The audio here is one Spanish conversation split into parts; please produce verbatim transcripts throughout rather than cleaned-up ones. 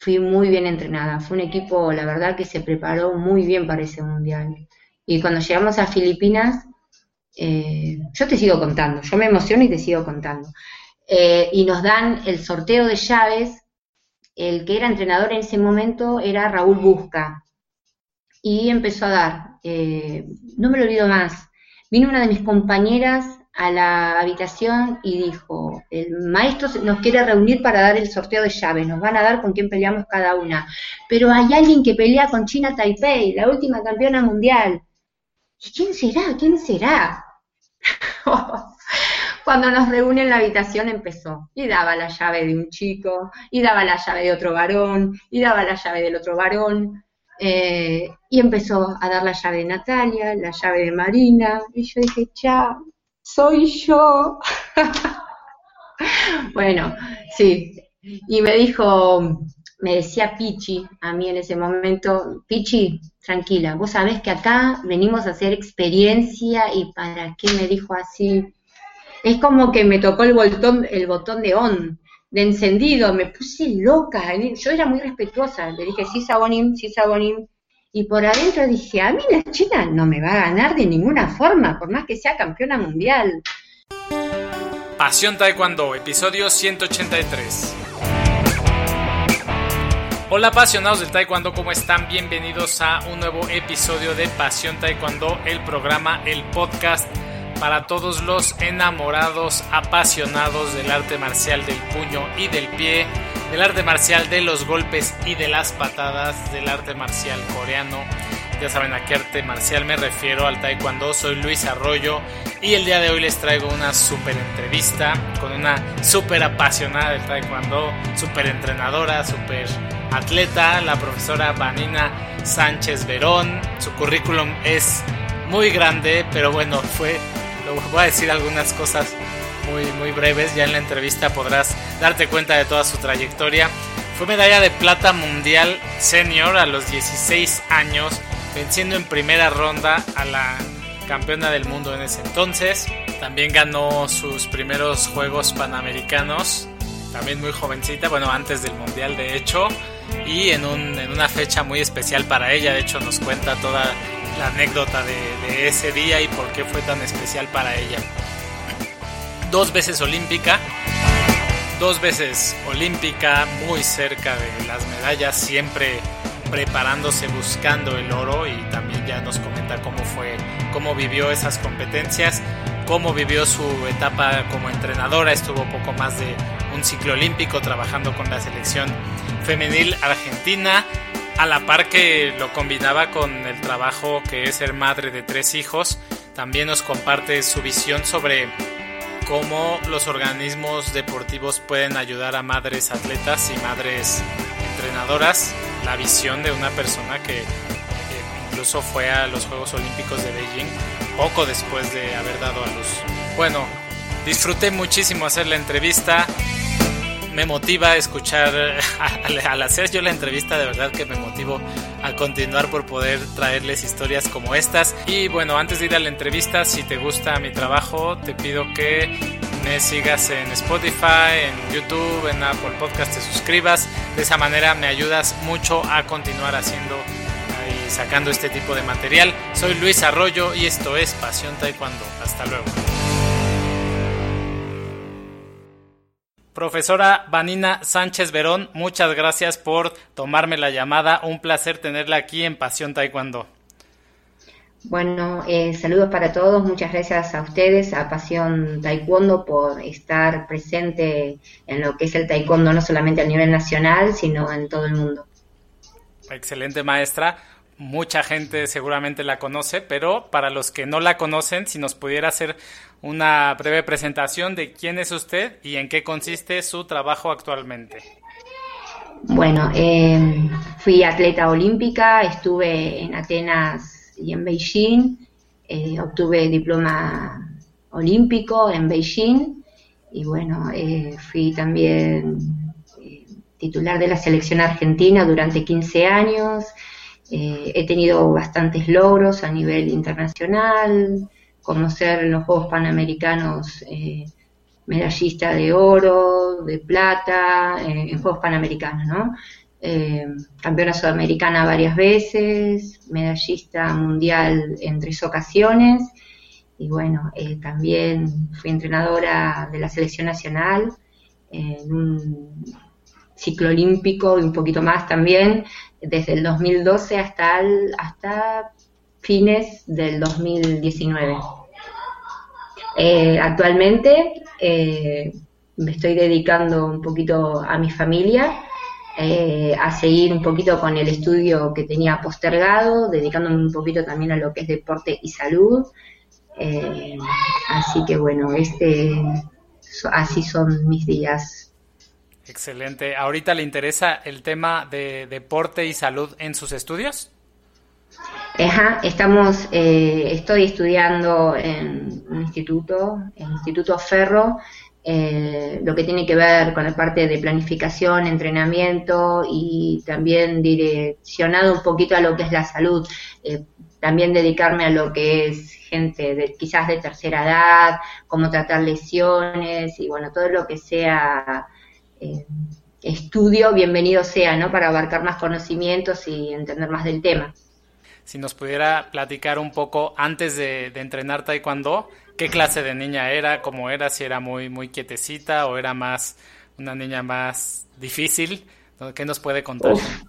fui muy bien entrenada. Fue un equipo, la verdad, que se preparó muy bien para ese mundial. Y cuando llegamos a Filipinas, eh, yo te sigo contando, yo me emociono y te sigo contando. Eh, y nos dan el sorteo de llaves. El que era entrenador en ese momento era Raúl Busca. Y empezó a dar, eh, no me lo olvido más, vino una de mis compañeras a la habitación y dijo, el maestro nos quiere reunir para dar el sorteo de llaves, nos van a dar con quién peleamos cada una, pero hay alguien que pelea con China Taipei, la última campeona mundial. ¿Y quién será? ¿Quién será? Cuando nos reúne en la habitación empezó, y daba la llave de un chico, y daba la llave de otro varón, y daba la llave del otro varón, eh, y empezó a dar la llave de Natalia, la llave de Marina, y yo dije, chao, soy yo. Bueno, sí, y me dijo, me decía Pichi, a mí en ese momento, Pichi, tranquila, vos sabés que acá venimos a hacer experiencia, y ¿para qué me dijo así? Es como que me tocó el botón, el botón de on, de encendido, me puse loca, yo era muy respetuosa, le dije, sí, Sabonim, sí, Sabonim, y por adentro dije, a mí la China no me va a ganar de ninguna forma, por más que sea campeona mundial. Pasión Taekwondo, episodio ciento ochenta y tres. Hola apasionados del Taekwondo, ¿cómo están? Bienvenidos a un nuevo episodio de Pasión Taekwondo, el programa, el podcast para todos los enamorados, apasionados del arte marcial del puño y del pie, del arte marcial de los golpes y de las patadas, del arte marcial coreano. Ya saben a qué arte marcial me refiero, al Taekwondo. Soy Luis Arroyo y el día de hoy les traigo una super entrevista con una super apasionada del Taekwondo, super entrenadora, super atleta, la profesora Vanina Sánchez Verón. Su currículum es muy grande, pero bueno, fue... voy a decir algunas cosas muy, muy breves. Ya en la entrevista podrás darte cuenta de toda su trayectoria. Fue medalla de plata mundial senior a los dieciséis años, venciendo en primera ronda a la campeona del mundo en ese entonces. También ganó sus primeros Juegos Panamericanos, también muy jovencita, bueno, antes del mundial de hecho, y en, un, en una fecha muy especial para ella. De hecho nos cuenta toda la anécdota de, de ese día y por qué fue tan especial para ella. Dos veces olímpica, dos veces olímpica, muy cerca de las medallas, siempre preparándose, buscando el oro, y también ya nos comenta cómo fue, cómo vivió esas competencias, cómo vivió su etapa como entrenadora. Estuvo poco más de un ciclo olímpico trabajando con la selección femenil argentina, a la par que lo combinaba con el trabajo que es ser madre de tres hijos. También nos comparte su visión sobre cómo los organismos deportivos pueden ayudar a madres atletas y madres entrenadoras. La visión de una persona que, que incluso fue a los Juegos Olímpicos de Beijing poco después de haber dado a luz. Bueno, disfruté muchísimo hacer la entrevista. Me motiva a escuchar, al hacer yo la entrevista, de verdad que me motivo a continuar por poder traerles historias como estas. Y bueno, antes de ir a la entrevista, si te gusta mi trabajo, te pido que me sigas en Spotify, en YouTube, en Apple Podcast, te suscribas. De esa manera me ayudas mucho a continuar haciendo y sacando este tipo de material. Soy Luis Arroyo y esto es Pasión Taekwondo. Hasta luego. Profesora Vanina Sánchez Verón, muchas gracias por tomarme la llamada. Un placer tenerla aquí en Pasión Taekwondo. Bueno, eh, saludos para todos. Muchas gracias a ustedes, a Pasión Taekwondo, por estar presente en lo que es el taekwondo, no solamente a nivel nacional, sino en todo el mundo. Excelente, maestra. Mucha gente seguramente la conoce, pero para los que no la conocen, si nos pudiera hacer una breve presentación de quién es usted y en qué consiste su trabajo actualmente. Bueno, eh, fui atleta olímpica, estuve en Atenas y en Beijing, eh, obtuve diploma olímpico en Beijing y bueno, eh, fui también eh, titular de la selección argentina durante quince años. Eh, he tenido bastantes logros a nivel internacional, como ser en los Juegos Panamericanos eh, medallista de oro, de plata, eh, en Juegos Panamericanos, ¿no? eh, campeona sudamericana varias veces, medallista mundial en tres ocasiones, y bueno, eh, también fui entrenadora de la selección nacional en un ciclo olímpico y un poquito más también, desde el dos mil doce hasta, el, hasta fines del dos mil diecinueve. Eh, actualmente eh, me estoy dedicando un poquito a mi familia, eh, a seguir un poquito con el estudio que tenía postergado, dedicándome un poquito también a lo que es deporte y salud. Eh, así que bueno, este, así son mis días. Excelente. ¿Ahorita le interesa el tema de deporte y salud en sus estudios? Ajá, estamos, eh, estoy estudiando en un instituto, el Instituto Ferro, eh, lo que tiene que ver con la parte de planificación, entrenamiento y también direccionado un poquito a lo que es la salud, eh, también dedicarme a lo que es gente de, quizás de tercera edad, cómo tratar lesiones y bueno, todo lo que sea eh, estudio, bienvenido sea, ¿no? Para abarcar más conocimientos y entender más del tema. Si nos pudiera platicar un poco antes de, de entrenar taekwondo, ¿qué clase de niña era? ¿Cómo era? ¿Si era muy muy quietecita o era más una niña más difícil? ¿Qué nos puede contar? Uf.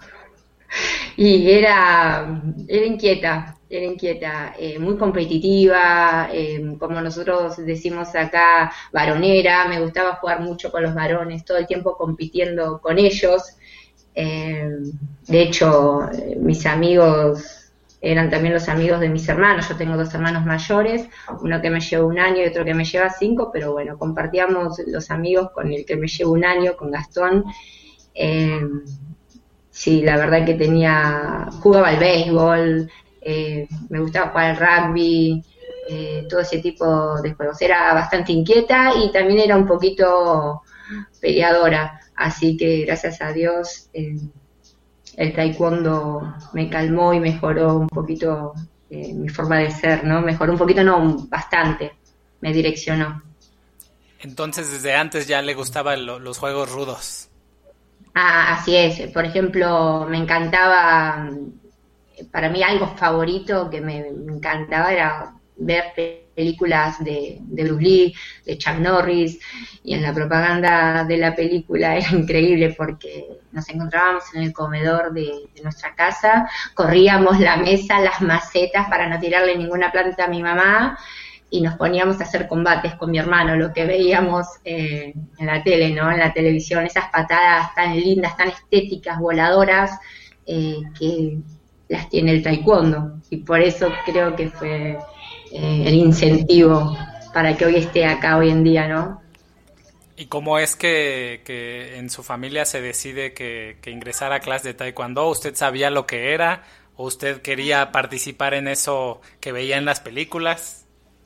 Y era, era inquieta, era inquieta, eh, muy competitiva, eh, como nosotros decimos acá, varonera. Me gustaba jugar mucho con los varones, todo el tiempo compitiendo con ellos. Eh, de hecho, eh, mis amigos eran también los amigos de mis hermanos. Yo tengo dos hermanos mayores, uno que me lleva un año y otro que me lleva cinco, pero bueno, compartíamos los amigos con el que me lleva un año, con Gastón. Eh, sí, la verdad que tenía, jugaba al béisbol, eh, me gustaba jugar al rugby, eh, todo ese tipo de juegos. Era bastante inquieta y también era un poquito peleadora, así que gracias a Dios eh, el taekwondo me calmó y mejoró un poquito eh, mi forma de ser, ¿no? Mejoró un poquito, no, bastante, me direccionó. Entonces desde antes ya le gustaban lo, los juegos rudos. Ah, así es. Por ejemplo, me encantaba, para mí algo favorito que me, me encantaba era ver películas de, de Bruce Lee, de Chuck Norris, y en la propaganda de la película era increíble porque nos encontrábamos en el comedor de, de nuestra casa, corríamos la mesa, las macetas para no tirarle ninguna planta a mi mamá, y nos poníamos a hacer combates con mi hermano, lo que veíamos eh, en la tele, ¿no? En la televisión, esas patadas tan lindas, tan estéticas, voladoras, eh, que las tiene el taekwondo, y por eso creo que fue eh, el incentivo para que hoy esté acá hoy en día, ¿no? ¿Y cómo es que, que en su familia se decide que, que ingresara a clase de taekwondo? ¿Usted sabía lo que era? ¿O usted quería participar en eso que veía en las películas?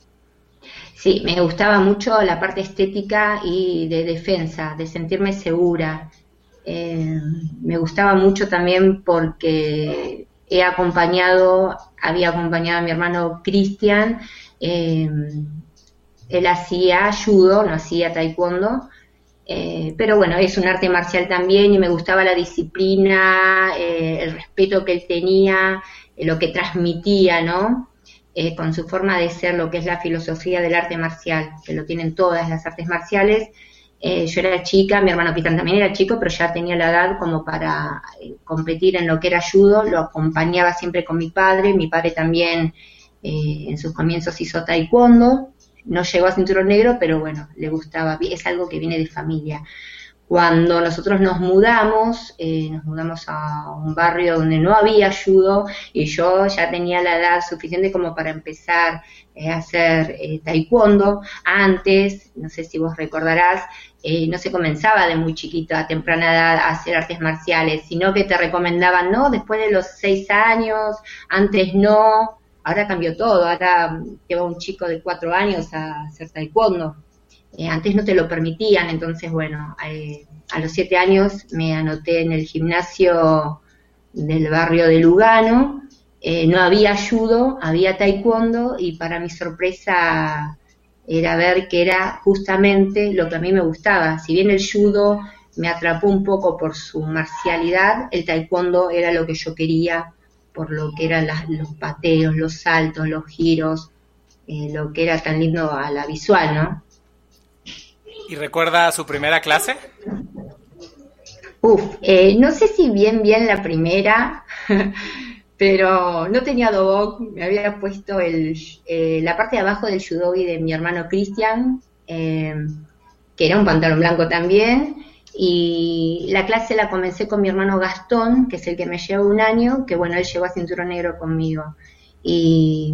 Sí, me gustaba mucho la parte estética y de defensa, de sentirme segura. Eh, me gustaba mucho también porque he acompañado, había acompañado a mi hermano Cristian, eh, él hacía judo, no hacía taekwondo, eh, pero bueno, es un arte marcial también y me gustaba la disciplina, eh, el respeto que él tenía, eh, lo que transmitía, ¿no? Eh, con su forma de ser, lo que es la filosofía del arte marcial, que lo tienen todas las artes marciales. Eh, yo era chica, mi hermano Cristian también era chico, pero ya tenía la edad como para eh, competir en lo que era judo, lo acompañaba siempre con mi padre, mi padre también eh, en sus comienzos hizo taekwondo, no llegó a cinturón negro, pero bueno, le gustaba, es algo que viene de familia. Cuando nosotros nos mudamos, eh, nos mudamos a un barrio donde no había judo y yo ya tenía la edad suficiente como para empezar eh, a hacer eh, taekwondo. Antes, no sé si vos recordarás, eh, no se comenzaba de muy chiquita, a temprana edad, a hacer artes marciales, sino que te recomendaban, no, después de los seis años, antes no. Ahora cambió todo, ahora lleva un chico de cuatro años a hacer taekwondo. Eh, antes no te lo permitían, entonces bueno, eh, a los siete años me anoté en el gimnasio del barrio de Lugano, eh, no había judo, había taekwondo y para mi sorpresa era ver que era justamente lo que a mí me gustaba. Si bien el judo me atrapó un poco por su marcialidad. El taekwondo era lo que yo quería, por lo que eran las, los pateos, los saltos, los giros, eh, lo que era tan lindo a la visual, ¿no? ¿Y recuerda su primera clase? Uf, eh, no sé si bien bien la primera, pero no tenía dobok, me había puesto el, eh, la parte de abajo del judogi de mi hermano Cristian, eh, que era un pantalón blanco también, y la clase la comencé con mi hermano Gastón, que es el que me lleva un año, que bueno, él llegó a cinturón negro conmigo, y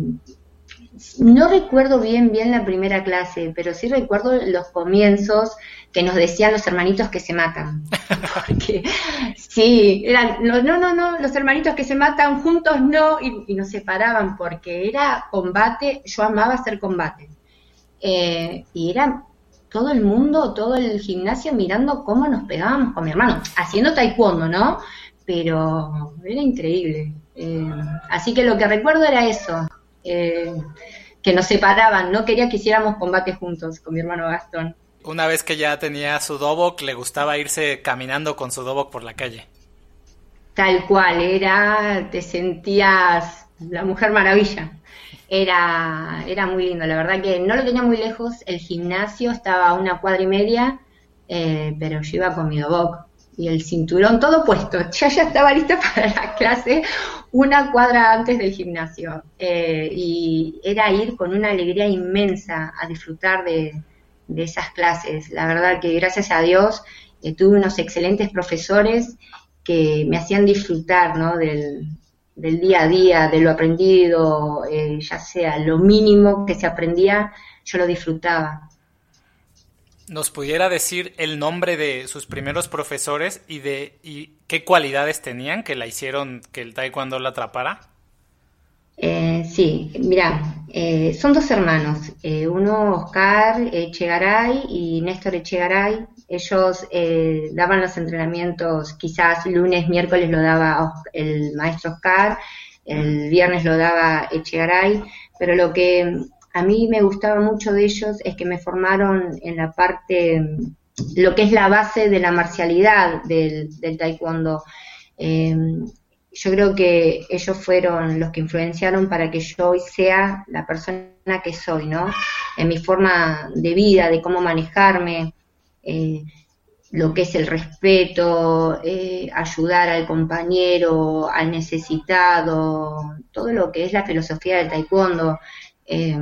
no recuerdo bien bien la primera clase, pero sí recuerdo los comienzos que nos decían los hermanitos que se matan. Porque sí, eran, no, no, no, no, los hermanitos que se matan juntos no, y, y nos separaban porque era combate, yo amaba hacer combate. Eh, y era todo el mundo, todo el gimnasio mirando cómo nos pegábamos con mi hermano, haciendo taekwondo, ¿no? Pero era increíble. Eh, así que lo que recuerdo era eso. Eh, que nos separaban, no quería que hiciéramos combate juntos con mi hermano Gastón. Una vez que ya tenía su dobok, le gustaba irse caminando con su dobok por la calle. Tal cual, era, te sentías la Mujer Maravilla. Era, era muy lindo, la verdad que no lo tenía muy lejos, el gimnasio estaba a una cuadra y media, eh, pero yo iba con mi dobok y el cinturón todo puesto, ya ya estaba lista para la clase una cuadra antes del gimnasio, eh, y era ir con una alegría inmensa a disfrutar de, de esas clases. La verdad que gracias a Dios eh, tuve unos excelentes profesores que me hacían disfrutar, ¿no? del, del día a día, de lo aprendido, eh, ya sea lo mínimo que se aprendía, yo lo disfrutaba. ¿Nos pudiera decir el nombre de sus primeros profesores y de y qué cualidades tenían que la hicieron que el taekwondo la atrapara? Eh, sí, mira, eh, son dos hermanos, eh, uno Oscar Echegaray y Néstor Echegaray. Ellos eh, daban los entrenamientos, quizás lunes, miércoles lo daba el maestro Oscar, el viernes lo daba Echegaray, pero lo que a mí me gustaba mucho de ellos es que me formaron en la parte, lo que es la base de la marcialidad del, del taekwondo. Eh, yo creo que ellos fueron los que influenciaron para que yo hoy sea la persona que soy, ¿no? En mi forma de vida, de cómo manejarme, eh, lo que es el respeto, eh, ayudar al compañero, al necesitado, todo lo que es la filosofía del taekwondo. Eh,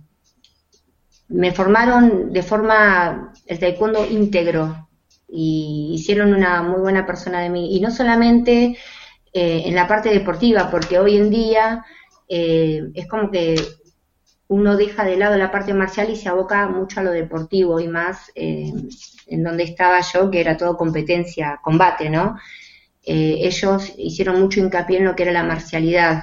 me formaron de forma el taekwondo íntegro y hicieron una muy buena persona de mí, y no solamente eh, en la parte deportiva, porque hoy en día eh, es como que uno deja de lado la parte marcial y se aboca mucho a lo deportivo, y más eh, en donde estaba yo, que era todo competencia, combate, ¿no? Eh, ellos hicieron mucho hincapié en lo que era la marcialidad,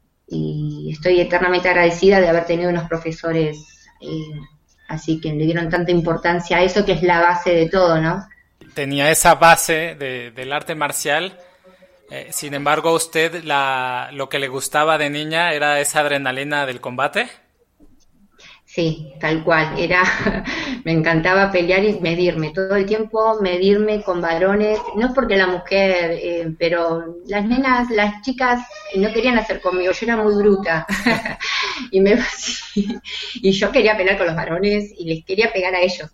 y estoy eternamente agradecida de haber tenido unos profesores eh, así que le dieron tanta importancia a eso, que es la base de todo, ¿no? Tenía esa base de, del arte marcial, eh, sin embargo a usted la, lo que le gustaba de niña era esa adrenalina del combate. Sí, tal cual, era, me encantaba pelear y medirme, todo el tiempo medirme con varones, no es porque la mujer, eh, pero las nenas, las chicas no querían hacer conmigo, yo era muy bruta, y, me, y yo quería pelear con los varones y les quería pegar a ellos,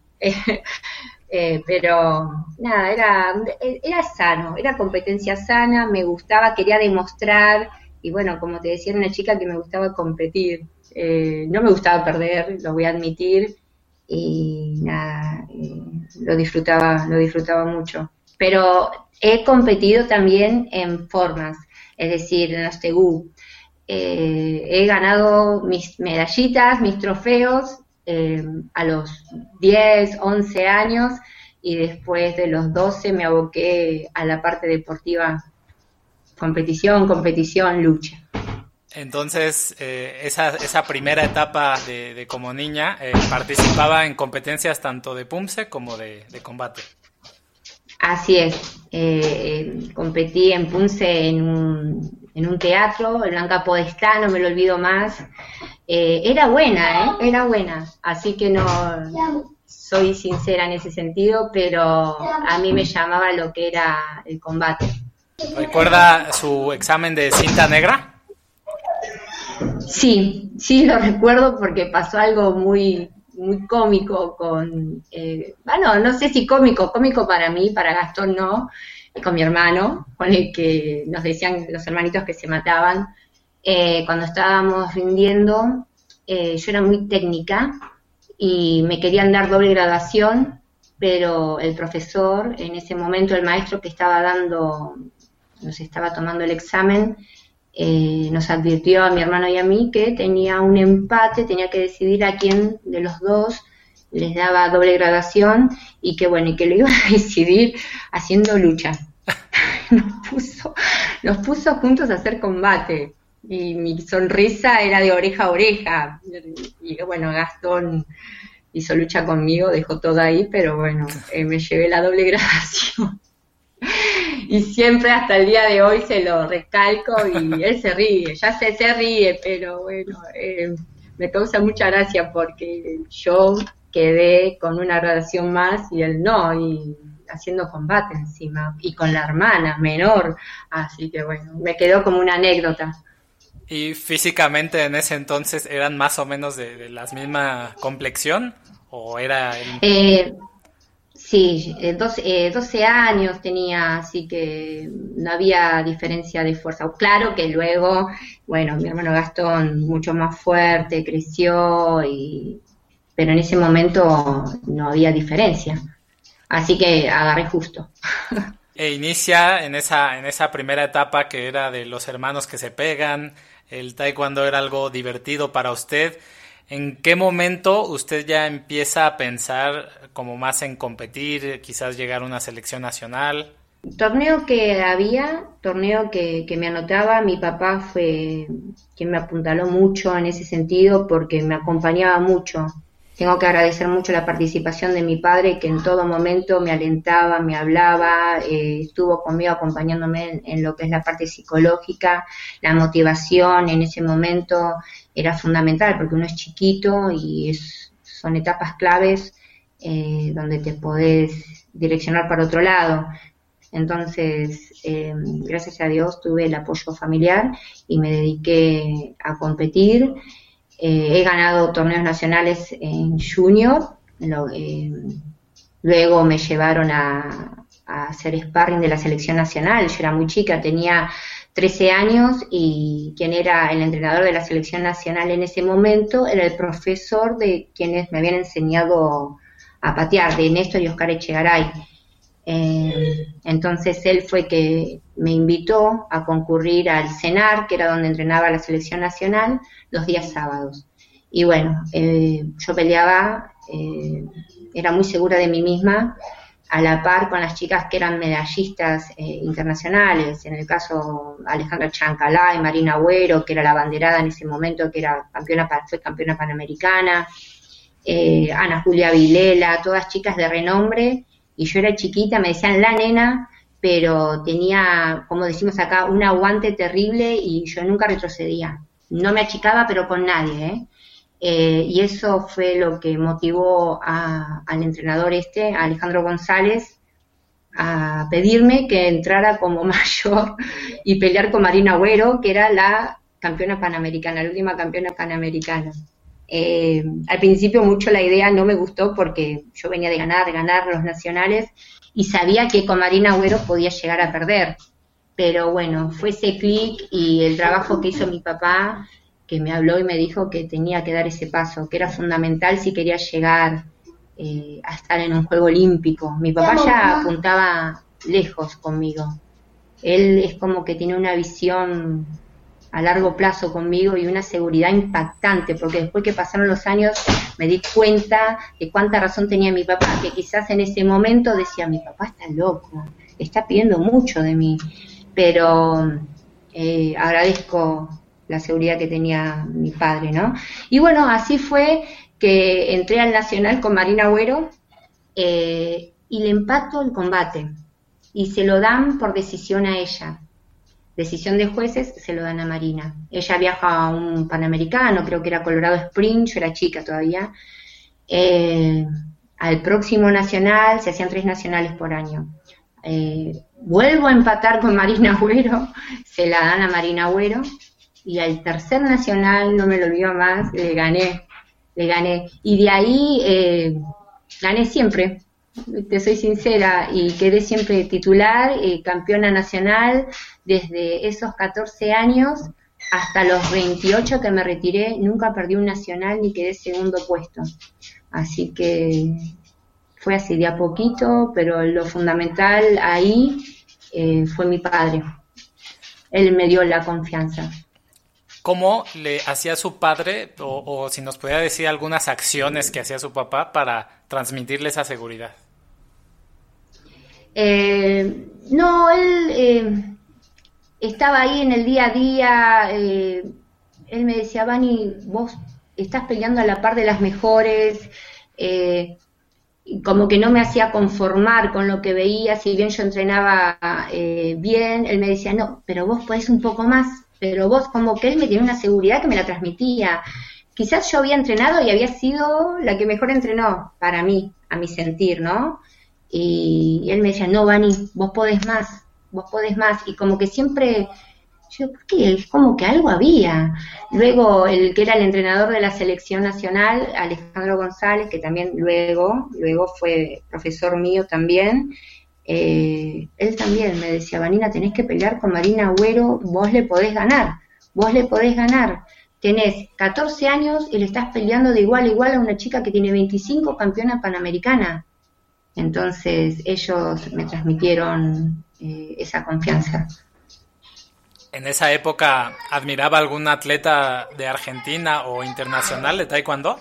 eh, pero nada, era, era sano, era competencia sana, me gustaba, quería demostrar, y bueno, como te decía, era una chica que me gustaba competir. Eh, no me gustaba perder, lo voy a admitir, y nada, eh, lo disfrutaba, lo disfrutaba mucho. Pero he competido también en formas, es decir, en los Tegú. Eh, he ganado mis medallitas, mis trofeos eh, a los diez, once años, y después de los doce me aboqué a la parte deportiva, competición, competición, lucha. Entonces, eh, esa, esa primera etapa de, de como niña, eh, participaba en competencias tanto de Pumse como de, de combate. Así es, eh, competí en Pumse en un, en un teatro, el Blanca Podestá, no me lo olvido más. Eh, era buena, ¿eh? Era buena, así que no, soy sincera en ese sentido, pero a mí me llamaba lo que era el combate. ¿Recuerda su examen de cinta negra? Sí, sí lo recuerdo porque pasó algo muy muy cómico con, eh, bueno, no sé si cómico, cómico para mí, para Gastón no, con mi hermano, con el que nos decían los hermanitos que se mataban. Eh, cuando estábamos rindiendo, eh, yo era muy técnica y me querían dar doble graduación, pero el profesor, en ese momento el maestro que estaba dando, nos estaba tomando el examen, Eh, nos advirtió a mi hermano y a mí que tenía un empate, tenía que decidir a quién de los dos les daba doble graduación y que bueno, y que lo iba a decidir haciendo lucha. Nos puso, nos puso juntos a hacer combate y mi sonrisa era de oreja a oreja. Y bueno, Gastón hizo lucha conmigo, dejó todo ahí, pero bueno, eh, me llevé la doble graduación. Y siempre hasta el día de hoy se lo recalco y él se ríe, ya sé, se ríe, pero bueno, eh, me causa mucha gracia porque yo quedé con una graduación más y él no, y haciendo combate encima, y con la hermana menor, así que bueno, me quedó como una anécdota. ¿Y físicamente en ese entonces eran más o menos de, de la misma complexión? ¿O era el... Eh, Sí, eh, doce, eh, doce años tenía, así que no había diferencia de fuerza. Claro que luego, bueno, mi hermano Gastón mucho más fuerte, creció, y pero en ese momento no había diferencia. Así que agarré justo. E inicia en esa, en esa primera etapa que era de los hermanos que se pegan, el taekwondo era algo divertido para usted. ¿En qué momento usted ya empieza a pensar como más en competir, quizás llegar a una selección nacional? Torneo que había, torneo que, que me anotaba, mi papá fue quien me apuntaló mucho en ese sentido porque me acompañaba mucho. Tengo que agradecer mucho la participación de mi padre, que en todo momento me alentaba, me hablaba, eh, estuvo conmigo acompañándome en, en lo que es la parte psicológica, la motivación en ese momento era fundamental porque uno es chiquito y es, son etapas claves eh, donde te podés direccionar para otro lado. Entonces, eh, gracias a Dios tuve el apoyo familiar y me dediqué a competir. Eh, he ganado torneos nacionales en junior, lo, eh, luego me llevaron a, a hacer sparring de la selección nacional. Yo era muy chica, tenía trece años y quien era el entrenador de la selección nacional en ese momento era el profesor de quienes me habían enseñado a patear, de Néstor y Oscar Echegaray. Eh, entonces él fue que me invitó a concurrir al CENAR, que era donde entrenaba la selección nacional, los días sábados. Y bueno, eh, yo peleaba, eh, era muy segura de mí misma, a la par con las chicas que eran medallistas eh, internacionales, en el caso Alejandra Chancalay, Marina Agüero, que era la abanderada en ese momento, que era campeona, fue campeona panamericana, eh, Ana Julia Vilela, todas chicas de renombre, y yo era chiquita, me decían la nena, pero tenía, como decimos acá, un aguante terrible y yo nunca retrocedía. No me achicaba, pero con nadie, ¿eh? Eh, y eso fue lo que motivó a, al entrenador este, a Alejandro González, a pedirme que entrara como mayor y pelear con Marina Agüero, que era la campeona panamericana, la última campeona panamericana. Eh, al principio mucho la idea no me gustó porque yo venía de ganar, de ganar los nacionales y sabía que con Marina Agüero podía llegar a perder, pero bueno, fue ese clic y el trabajo que hizo mi papá, que me habló y me dijo que tenía que dar ese paso, que era fundamental si quería llegar eh, a estar en un juego olímpico. Mi papá ya apuntaba lejos conmigo, él es como que tiene una visión a largo plazo conmigo y una seguridad impactante, porque después que pasaron los años me di cuenta de cuánta razón tenía mi papá, que quizás en ese momento decía, mi papá está loco, está pidiendo mucho de mí, pero eh, agradezco la seguridad que tenía mi padre, ¿no? Y bueno, así fue que entré al Nacional con Marina Agüero eh, y le empato el combate y se lo dan por decisión a ella. Decisión de jueces, se lo dan a Marina. Ella viaja a un panamericano, creo que era Colorado Springs, yo era chica todavía. Eh, al próximo nacional se hacían tres nacionales por año. Eh, vuelvo a empatar con Marina Agüero, se la dan a Marina Agüero, y al tercer nacional, no me lo olvido más, le gané, le gané. Y de ahí eh, gané siempre, te soy sincera, y quedé siempre titular, eh, campeona nacional, desde esos catorce años hasta los veintiocho que me retiré, nunca perdí un nacional ni quedé segundo puesto. Así que fue así de a poquito, pero lo fundamental ahí eh, fue mi padre. Él me dio la confianza. ¿Cómo le hacía su padre, o, o si nos pudiera decir algunas acciones que hacía su papá para transmitirle esa seguridad? Eh, no, él eh, estaba ahí en el día a día. Eh, él me decía, Vani, vos estás peleando a la par de las mejores. Eh, como que no me hacía conformar con lo que veía, si bien yo entrenaba eh, bien, él me decía, no, pero vos podés un poco más, pero vos, como que él me tenía una seguridad que me la transmitía. Quizás yo había entrenado y había sido la que mejor entrenó para mí, a mi sentir, ¿no? Y, y él me decía, no, Vani, vos podés más, vos podés más, y como que siempre... Yo, ¿por qué? Como que algo había. Luego, el que era el entrenador de la selección nacional, Alejandro González, que también luego, luego fue profesor mío también, eh, él también me decía, Vanina, tenés que pelear con Marina Agüero, vos le podés ganar, vos le podés ganar. Tenés catorce años y le estás peleando de igual a igual a una chica que tiene veinticinco, campeona panamericana. Entonces, ellos me transmitieron eh, esa confianza. ¿En esa época admiraba algún atleta de Argentina o internacional de taekwondo?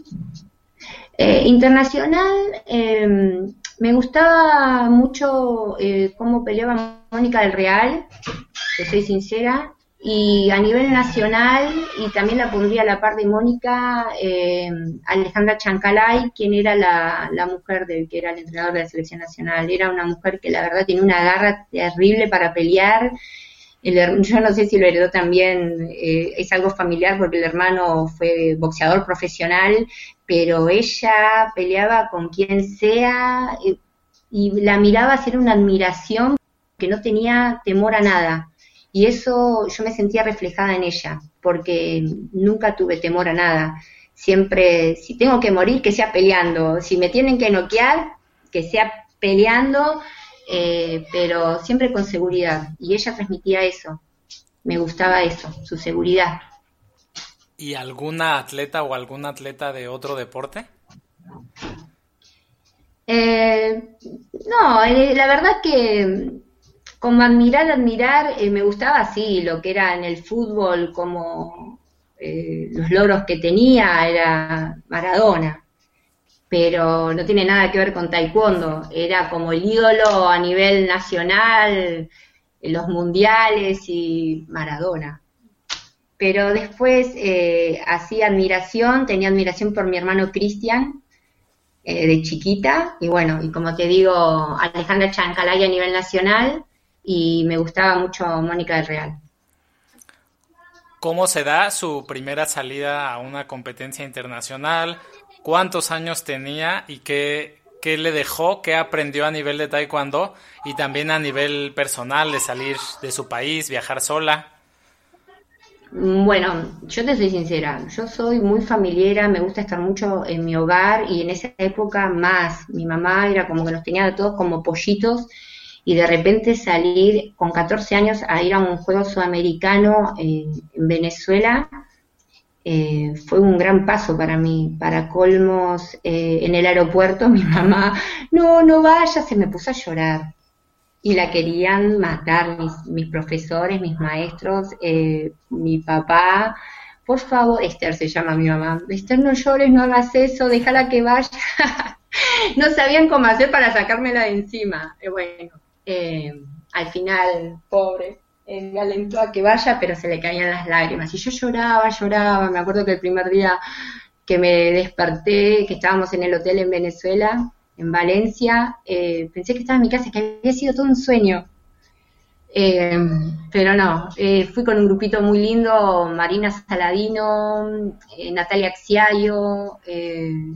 Eh, internacional, eh, me gustaba mucho eh, cómo peleaba Mónica del Real, te soy sincera, y a nivel nacional, y también la pondría a la par de Mónica, eh, Alejandra Chancalay, quien era la, la mujer del que era el entrenador de la selección nacional. Era una mujer que la verdad tiene una garra terrible para pelear. El, yo no sé si lo heredó también, eh, es algo familiar porque el hermano fue boxeador profesional, pero ella peleaba con quien sea eh, y la miraba hacer una admiración que no tenía temor a nada. Y eso yo me sentía reflejada en ella, porque nunca tuve temor a nada. Siempre, si tengo que morir, que sea peleando. Si me tienen que noquear, que sea peleando. Eh, pero siempre con seguridad, y ella transmitía eso, me gustaba eso, su seguridad. ¿Y alguna atleta o algún atleta de otro deporte? Eh, no, eh, la verdad que como admirar, admirar, eh, me gustaba así, lo que era en el fútbol, como eh, los logros que tenía, era Maradona. Pero no tiene nada que ver con taekwondo, era como el ídolo a nivel nacional, en los mundiales y Maradona. Pero después eh, hacía admiración, tenía admiración por mi hermano Cristian, eh, de chiquita, y bueno, y como te digo, Alejandra Chancalay a nivel nacional, y me gustaba mucho Mónica del Real. ¿Cómo se da su primera salida a una competencia internacional? ¿Cuántos años tenía y qué, qué le dejó, qué aprendió a nivel de taekwondo y también a nivel personal de salir de su país, viajar sola? Bueno, yo te soy sincera, yo soy muy familiera, me gusta estar mucho en mi hogar y en esa época más. Mi mamá era como que nos tenía a todos como pollitos y de repente salir con catorce años a ir a un juego sudamericano eh, en Venezuela. Eh, fue un gran paso para mí, para colmos, eh, en el aeropuerto mi mamá, no, no vaya, se me puso a llorar, y la querían matar mis, mis profesores, mis maestros, eh, mi papá, por favor, Esther se llama mi mamá, Esther, no llores, no hagas eso, déjala que vaya, no sabían cómo hacer para sacármela de encima, eh, bueno, eh, al final, pobre, Eh, me alentó a que vaya, pero se le caían las lágrimas. Y yo lloraba, lloraba. Me acuerdo que el primer día que me desperté, que estábamos en el hotel en Venezuela, en Valencia, eh, pensé que estaba en mi casa, que había sido todo un sueño. Eh, pero no, eh, fui con un grupito muy lindo, Marina Saladino, eh, Natalia Axiayo, eh,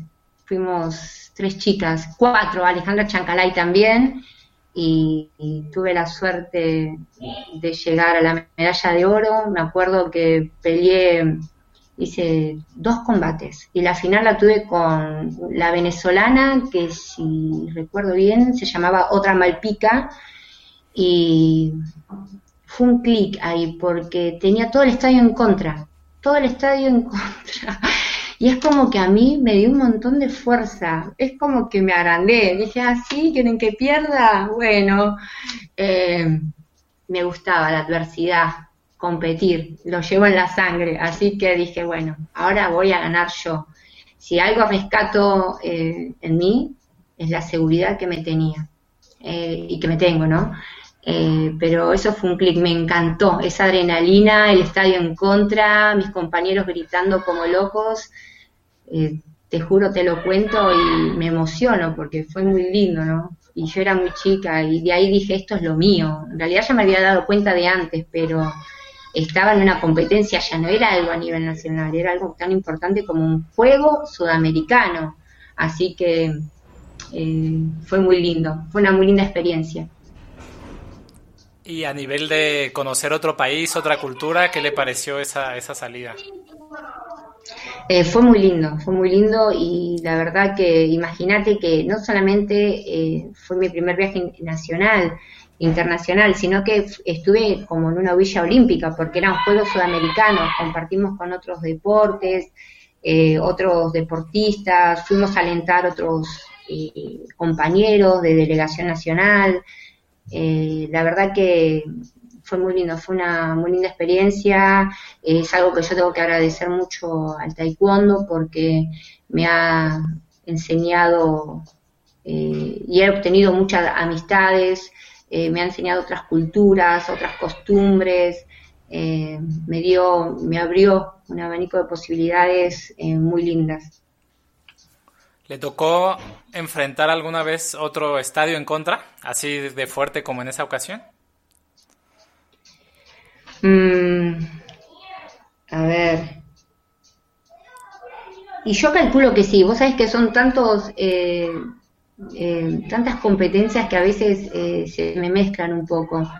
fuimos tres chicas, cuatro, Alejandra Chancalay también, y, y tuve la suerte de llegar a la medalla de oro. Me acuerdo que peleé, hice dos combates, y la final la tuve con la venezolana, que si recuerdo bien, se llamaba Otra Malpica, y fue un clic ahí, porque tenía todo el estadio en contra, todo el estadio en contra, y es como que a mí me dio un montón de fuerza, es como que me agrandé, dije, ah, sí, ¿quieren que pierda? Bueno, eh, me gustaba la adversidad, competir, lo llevo en la sangre, así que dije, bueno, ahora voy a ganar yo. Si algo rescato eh, en mí, es la seguridad que me tenía, eh, y que me tengo, ¿no? Eh, pero eso fue un clic, me encantó, esa adrenalina, el estadio en contra, mis compañeros gritando como locos, eh, te juro, te lo cuento y me emociono porque fue muy lindo, ¿no? Y yo era muy chica y de ahí dije, esto es lo mío. En realidad ya me había dado cuenta de antes, pero estaba en una competencia, ya no era algo a nivel nacional, era algo tan importante como un juego sudamericano, así que eh, fue muy lindo, fue una muy linda experiencia. Y a nivel de conocer otro país, otra cultura, ¿qué le pareció esa, esa salida? Eh, fue muy lindo, fue muy lindo y la verdad que imagínate que no solamente eh, fue mi primer viaje nacional, internacional, sino que estuve como en una villa olímpica porque eran Juegos Sudamericanos, compartimos con otros deportes, eh, otros deportistas, fuimos a alentar otros eh, compañeros de delegación nacional. Eh, la verdad que fue muy lindo, fue una muy linda experiencia, eh, es algo que yo tengo que agradecer mucho al taekwondo porque me ha enseñado eh, y he obtenido muchas amistades, eh, me ha enseñado otras culturas, otras costumbres, eh, me dio, me abrió un abanico de posibilidades eh, muy lindas. ¿Le tocó enfrentar alguna vez otro estadio en contra, así de fuerte como en esa ocasión? Mm, a ver. Y yo calculo que sí. Vos sabés que son tantos, eh, eh, tantas competencias que a veces eh, se me mezclan un poco.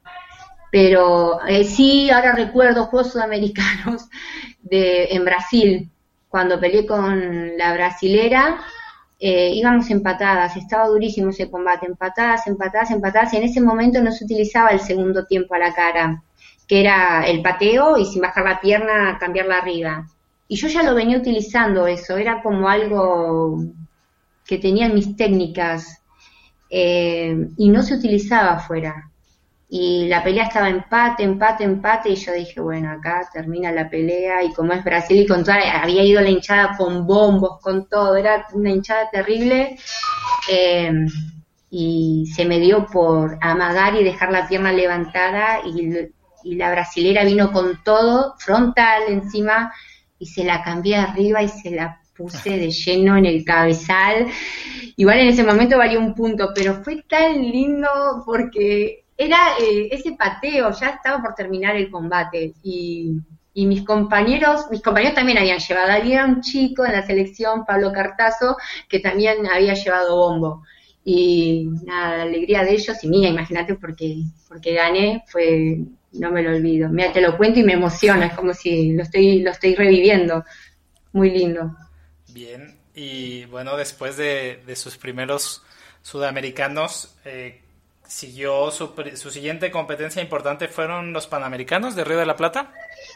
Pero eh, sí, ahora recuerdo Juegos Sudamericanos de, en Brasil, cuando peleé con la brasilera, eh, íbamos empatadas, estaba durísimo ese combate, empatadas, empatadas, empatadas, y en ese momento no se utilizaba el segundo tiempo a la cara, que era el pateo y sin bajar la pierna cambiarla arriba. Y yo ya lo venía utilizando eso, era como algo que tenía en mis técnicas, eh, y no se utilizaba afuera. Y la pelea estaba empate, empate, empate, y yo dije, bueno, acá termina la pelea, y como es Brasil y con toda, había ido la hinchada con bombos, con todo, era una hinchada terrible, eh, y se me dio por amagar y dejar la pierna levantada, y, y la brasilera vino con todo, frontal encima, y se la cambié arriba y se la puse de lleno en el cabezal. Igual en ese momento valió un punto, pero fue tan lindo porque era eh, ese pateo, ya estaba por terminar el combate y, y mis compañeros, mis compañeros también habían llevado, había un chico en la selección, Pablo Cartazo, que también había llevado bombo y nada, la alegría de ellos y mía, imagínate, porque porque gané, fue, no me lo olvido, mira, te lo cuento y me emociona, es como si lo estoy lo estoy reviviendo, muy lindo. Bien, y bueno, después de, de sus primeros sudamericanos, eh, siguió su, su siguiente competencia importante, ¿fueron los Panamericanos de Río de la Plata?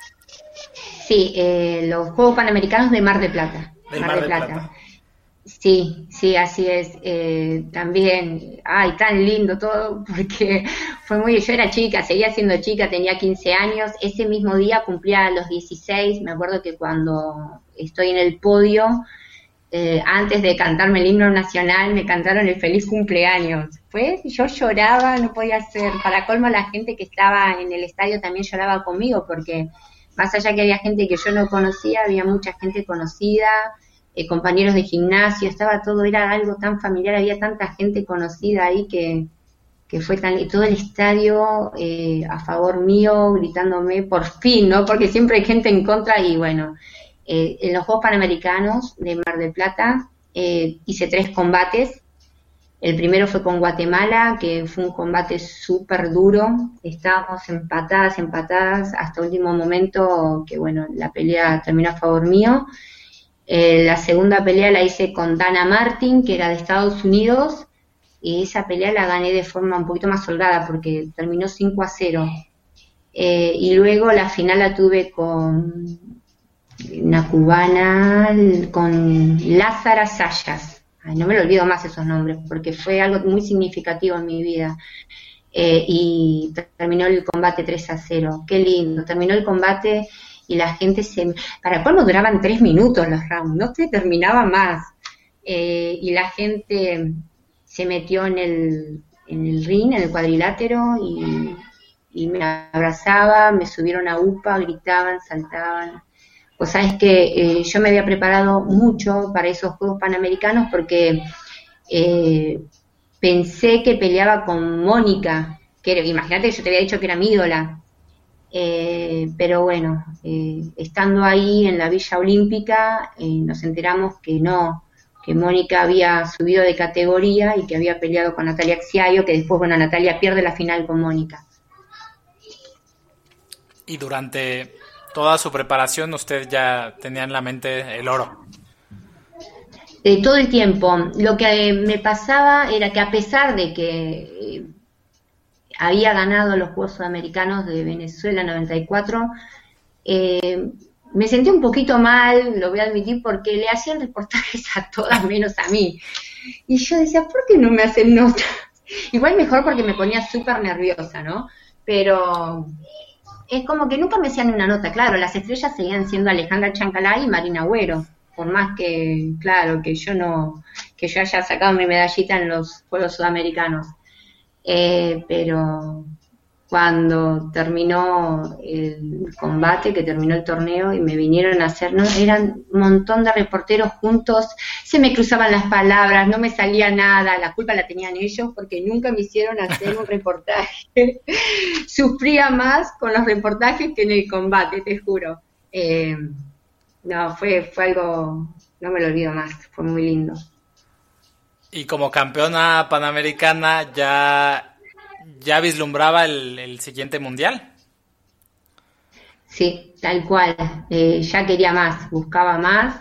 Sí, eh, los Juegos Panamericanos de Mar de Plata. Del Mar, Mar de, de Plata. Plata. Sí, sí, así es. Eh, también, ay, tan lindo todo, porque fue muy, yo era chica, seguía siendo chica, tenía quince años, ese mismo día cumplía los dieciséis, me acuerdo que cuando estoy en el podio, Eh, antes de cantarme el himno nacional, me cantaron el feliz cumpleaños. Pues yo lloraba, no podía ser. Para colmo, la gente que estaba en el estadio también lloraba conmigo, porque más allá que había gente que yo no conocía, había mucha gente conocida, eh, compañeros de gimnasio, estaba todo, era algo tan familiar, había tanta gente conocida ahí que, que fue tan, todo el estadio eh, a favor mío, gritándome por fin, ¿no? Porque siempre hay gente en contra y bueno. Eh, en los Juegos Panamericanos de Mar del Plata eh, hice tres combates. El primero fue con Guatemala, que fue un combate súper duro. Estábamos empatadas, empatadas, hasta último momento, que bueno, la pelea terminó a favor mío. Eh, la segunda pelea la hice con Dana Martin, que era de Estados Unidos, y esa pelea la gané de forma un poquito más holgada, porque terminó cinco a cero. Eh, y luego la final la tuve con una cubana, con Lázara Sayas. Ay, no me lo olvido más esos nombres, porque fue algo muy significativo en mi vida. Eh, y terminó el combate tres a cero. Qué lindo. Terminó el combate y la gente se... Para colmo duraban tres minutos los rounds, no se terminaba más. Eh, y la gente se metió en el, en el ring, en el cuadrilátero, y, y me abrazaba, me subieron a UPA, gritaban, saltaban. Pues sabes que eh, yo me había preparado mucho para esos Juegos Panamericanos porque eh, pensé que peleaba con Mónica, que era, imagínate que yo te había dicho que era mi ídola, eh, pero bueno, eh, estando ahí en la Villa Olímpica eh, nos enteramos que no, que Mónica había subido de categoría y que había peleado con Natalia Xiaio, que después, bueno, Natalia pierde la final con Mónica. Y durante toda su preparación usted ya tenía en la mente el oro. Eh, todo el tiempo. Lo que eh, me pasaba era que a pesar de que eh, había ganado los Juegos Sudamericanos de Venezuela noventa y cuatro, eh, me sentí un poquito mal, lo voy a admitir, porque le hacían reportajes a todas menos a mí. Y yo decía, ¿por qué no me hacen notas? Igual mejor porque me ponía súper nerviosa, ¿no? Pero es como que nunca me hacían una nota. Claro, las estrellas seguían siendo Alejandra Chancalay y Marina Agüero, por más que, claro, que yo no, que yo haya sacado mi medallita en los Juegos Sudamericanos. Eh, pero cuando terminó el combate, que terminó el torneo y me vinieron a hacer, ¿no? Eran un montón de reporteros juntos, se me cruzaban las palabras, no me salía nada, la culpa la tenían ellos porque nunca me hicieron hacer un reportaje. Sufría más con los reportajes que en el combate, te juro. Eh, no, fue, fue algo, no me lo olvido más, fue muy lindo. Y como campeona panamericana, ¿ya, ya vislumbraba el, el siguiente mundial? Sí, tal cual. Eh, ya quería más, buscaba más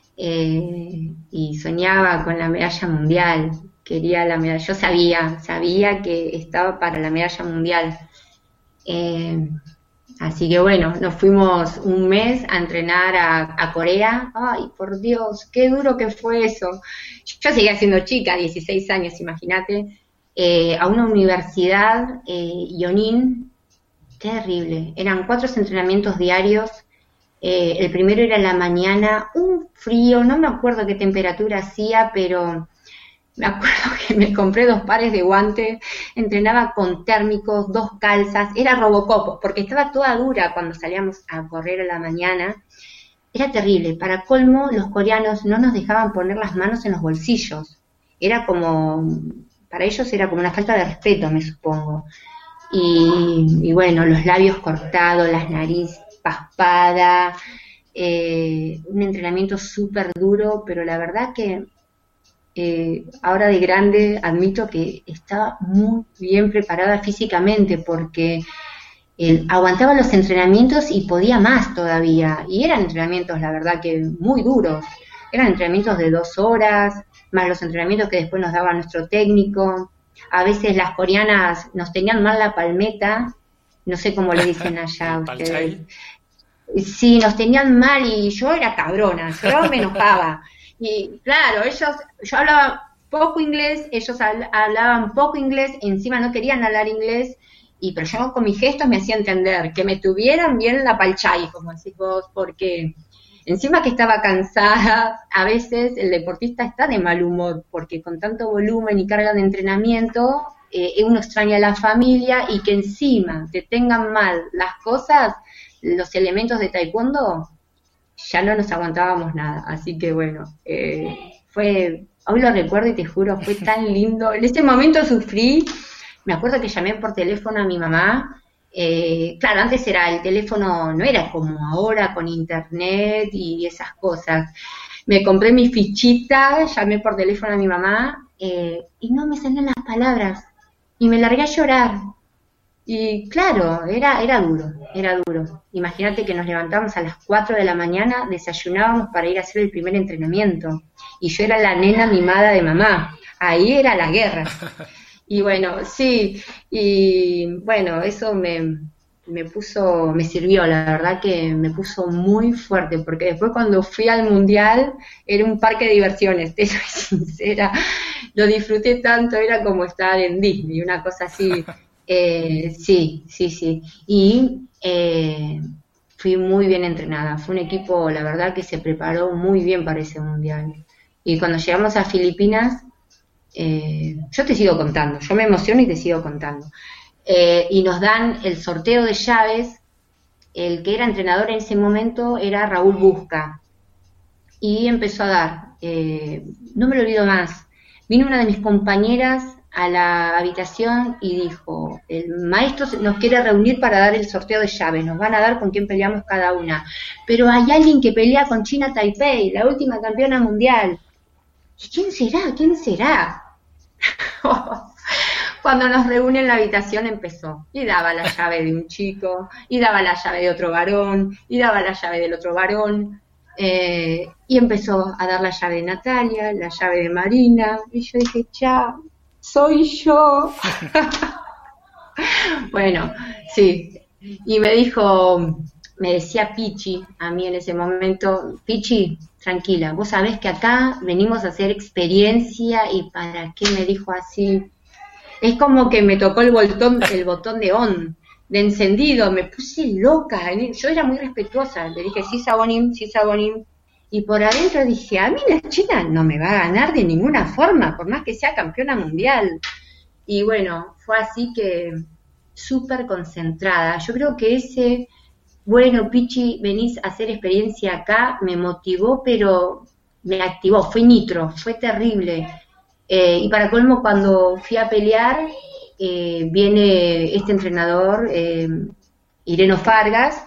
eh, y soñaba con la medalla mundial. Quería la medalla. Yo sabía, sabía que estaba para la medalla mundial. Eh, así que bueno, nos fuimos un mes a entrenar a, a Corea. Ay, por Dios, qué duro que fue eso. Yo seguía siendo chica, dieciséis años, imagínate, eh, a una universidad, eh, Yonin, terrible. Eran cuatro entrenamientos diarios. Eh, el primero era en la mañana, un frío, no me acuerdo qué temperatura hacía, pero me acuerdo que me compré dos pares de guantes, entrenaba con térmicos, dos calzas, era Robocop, porque estaba toda dura cuando salíamos a correr a la mañana. Era terrible. Para colmo, los coreanos no nos dejaban poner las manos en los bolsillos. Era como, para ellos era como una falta de respeto, me supongo. Y, y bueno, los labios cortados, las nariz paspada, eh, un entrenamiento súper duro, pero la verdad que eh, ahora de grande admito que estaba muy bien preparada físicamente, porque eh, aguantaba los entrenamientos y podía más todavía, y eran entrenamientos, la verdad, que muy duros. Eran entrenamientos de dos horas, más los entrenamientos que después nos daba nuestro técnico. A veces las coreanas nos tenían mal la palmeta, no sé cómo le dicen allá a ustedes. Sí, nos tenían mal y yo era cabrona, yo me enojaba. Y claro, ellos, yo hablaba poco inglés, ellos hablaban poco inglés, encima no querían hablar inglés, y pero yo con mis gestos me hacía entender que me tuvieran bien la palchay, como decís vos, porque encima que estaba cansada, a veces el deportista está de mal humor, porque con tanto volumen y carga de entrenamiento, eh, uno extraña a la familia, y que encima te tengan mal las cosas, los elementos de taekwondo, ya no nos aguantábamos nada. Así que bueno, eh, fue, hoy lo recuerdo y te juro, fue tan lindo. En ese momento sufrí, me acuerdo que llamé por teléfono a mi mamá. Eh, claro, antes era el teléfono, no era como ahora con internet y esas cosas. me compré mi fichita, llamé por teléfono a mi mamá eh, y no me salían las palabras y me largué a llorar. Y claro, era, era duro, era duro. Imagínate que nos levantamos a las cuatro de la mañana, desayunábamos para ir a hacer el primer entrenamiento. Y yo era la nena mimada de mamá. Ahí era la guerra. Y bueno, sí, y bueno, eso me, me puso, me sirvió, la verdad que me puso muy fuerte, porque después cuando fui al mundial era un parque de diversiones, te soy sincera, lo disfruté tanto, era como estar en Disney, una cosa así. Eh, sí, sí, sí. Y eh, fui muy bien entrenada. Fue un equipo, la verdad, que se preparó muy bien para ese mundial. Y cuando llegamos a Filipinas, eh, yo te sigo contando, yo me emociono y te sigo contando. Eh, y nos dan el sorteo de llaves. El que era entrenador en ese momento era Raúl Busca. Y empezó a dar, eh, no me lo olvido más, vino una de mis compañeras a la habitación y dijo, el maestro nos quiere reunir para dar el sorteo de llaves, nos van a dar con quién peleamos cada una, pero hay alguien que pelea con China Taipei, la última campeona mundial. ¿Y quién será? ¿Quién será? Cuando nos reúnen en la habitación empezó, y daba la llave de un chico, y daba la llave de otro varón, y daba la llave del otro varón, eh, y empezó a dar la llave de Natalia, la llave de Marina, y yo dije, chao, soy yo. Bueno, sí. Y me dijo, me decía Pichi, a mí en ese momento, Pichi, tranquila, vos sabés que acá venimos a hacer experiencia y para qué me dijo así. Es como que me tocó el botón, el botón de on, de encendido, me puse loca. Yo era muy respetuosa, le dije, sí, Sabonim, sí, Sabonim. Y por adentro dije, a mí la China no me va a ganar de ninguna forma, por más que sea campeona mundial. Y bueno, fue así que súper concentrada. Yo creo que ese, bueno, Pichi, venís a hacer experiencia acá, me motivó, pero me activó, fue nitro, fue terrible. Eh, y para colmo, cuando fui a pelear, eh, viene este entrenador, eh, Ireno Fargas,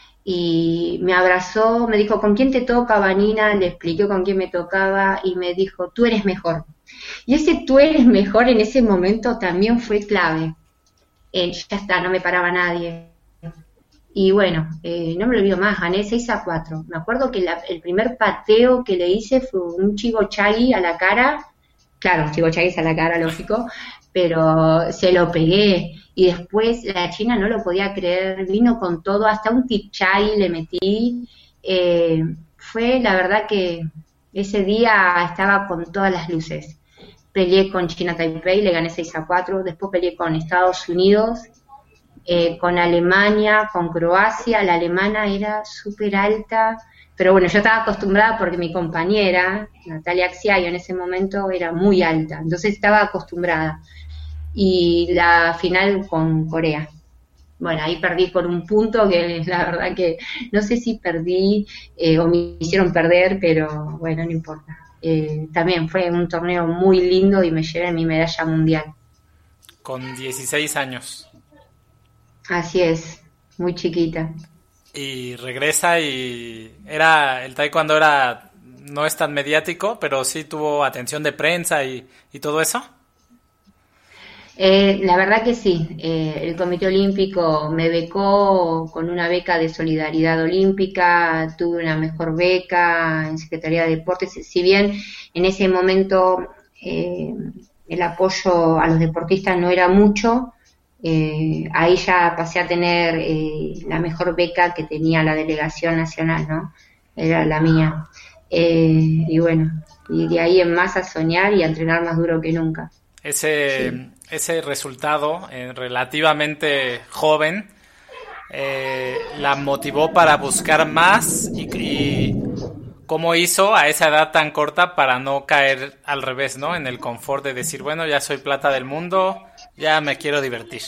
y me abrazó, me dijo, ¿con quién te toca, Vanina? Le expliqué con quién me tocaba y me dijo, tú eres mejor. Y ese tú eres mejor en ese momento también fue clave. Eh, ya está, no me paraba nadie. Y bueno, eh, no me lo olvido más, gané seis a cuatro. Me acuerdo que la, el primer pateo que le hice fue un chivo chagui a la cara. Claro, chivo chagui a la cara, lógico, pero se lo pegué. Y después la China no lo podía creer, vino con todo, hasta un tichai le metí. Eh, fue la verdad que ese día estaba con todas las luces. Peleé con China Taipei, le gané seis a cuatro, después peleé con Estados Unidos, eh, con Alemania, con Croacia. La alemana era súper alta, pero bueno, yo estaba acostumbrada porque mi compañera, Natalia Axiayo, en ese momento era muy alta, entonces estaba acostumbrada. Y la final con Corea. Bueno, ahí perdí por un punto que la verdad que no sé si perdí eh, o me hicieron perder, pero bueno, no importa. Eh, también fue un torneo muy lindo y me llevé mi medalla mundial. Con dieciséis años. Así es, muy chiquita. Y regresa y era el taekwondo era no es tan mediático, pero sí tuvo atención de prensa y, y todo eso. Eh, la verdad que sí, eh, el Comité Olímpico me becó con una beca de solidaridad olímpica, tuve una mejor beca en Secretaría de Deportes, si bien en ese momento eh, el apoyo a los deportistas no era mucho, eh, ahí ya pasé a tener eh, la mejor beca que tenía la delegación nacional, ¿no? Era la mía. Eh, y bueno, y de ahí en más a soñar y a entrenar más duro que nunca. Ese... Sí. Ese resultado eh, relativamente joven eh, la motivó para buscar más y, y cómo hizo a esa edad tan corta para no caer al revés, ¿no? En el confort de decir, bueno, ya soy plata del mundo, ya me quiero divertir.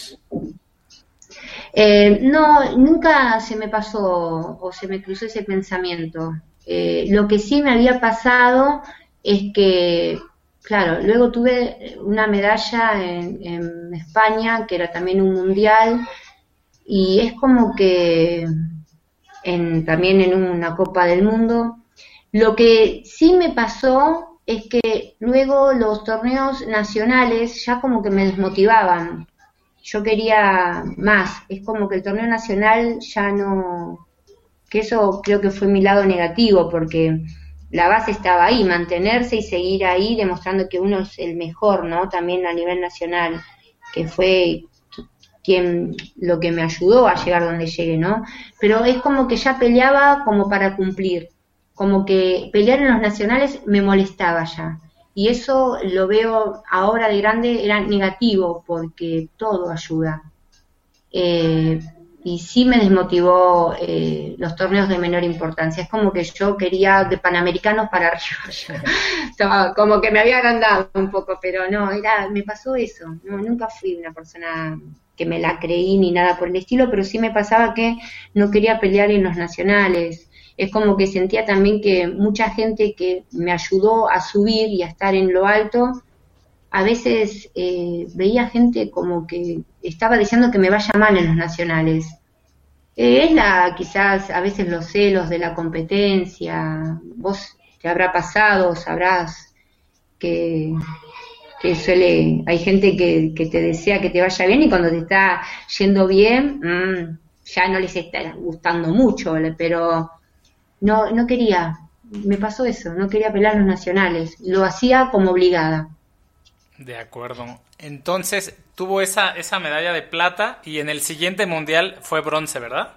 Eh, no, nunca se me pasó o se me cruzó ese pensamiento. Eh, lo que sí me había pasado es que claro, luego tuve una medalla en, en España, que era también un mundial, y es como que en, también en una Copa del Mundo, Lo que sí me pasó es que luego los torneos nacionales ya como que me desmotivaban. Yo quería más. Es como que el torneo nacional ya no... Que eso creo que fue mi lado negativo, porque la base estaba ahí, mantenerse y seguir ahí, demostrando que uno es el mejor, ¿no? También a nivel nacional, que fue quien lo que me ayudó a llegar donde llegué, ¿no? Pero es como que ya peleaba como para cumplir. Como que pelear en los nacionales me molestaba ya. Y eso lo veo ahora de grande, era negativo, porque todo ayuda. Eh, y sí me desmotivó eh, los torneos de menor importancia. Es como que yo quería de Panamericanos para arriba. Estaba como que me había agrandado un poco, pero no, era, me pasó eso. No, nunca fui una persona que me la creí ni nada por el estilo, pero sí me pasaba que no quería pelear en los nacionales. Es como que sentía también que mucha gente que me ayudó a subir y a estar en lo alto, a veces eh, veía gente como que estaba deseando que me vaya mal en los nacionales. Eh, es la, quizás a veces los celos de la competencia. Vos te habrá pasado, sabrás que, que suele, hay gente que, que te desea que te vaya bien y cuando te está yendo bien, mmm, ya no les está gustando mucho, pero no, no quería, me pasó eso, no quería pelear los nacionales, lo hacía como obligada. De acuerdo. Entonces, tuvo esa, esa medalla de plata y en el siguiente mundial fue bronce, ¿verdad?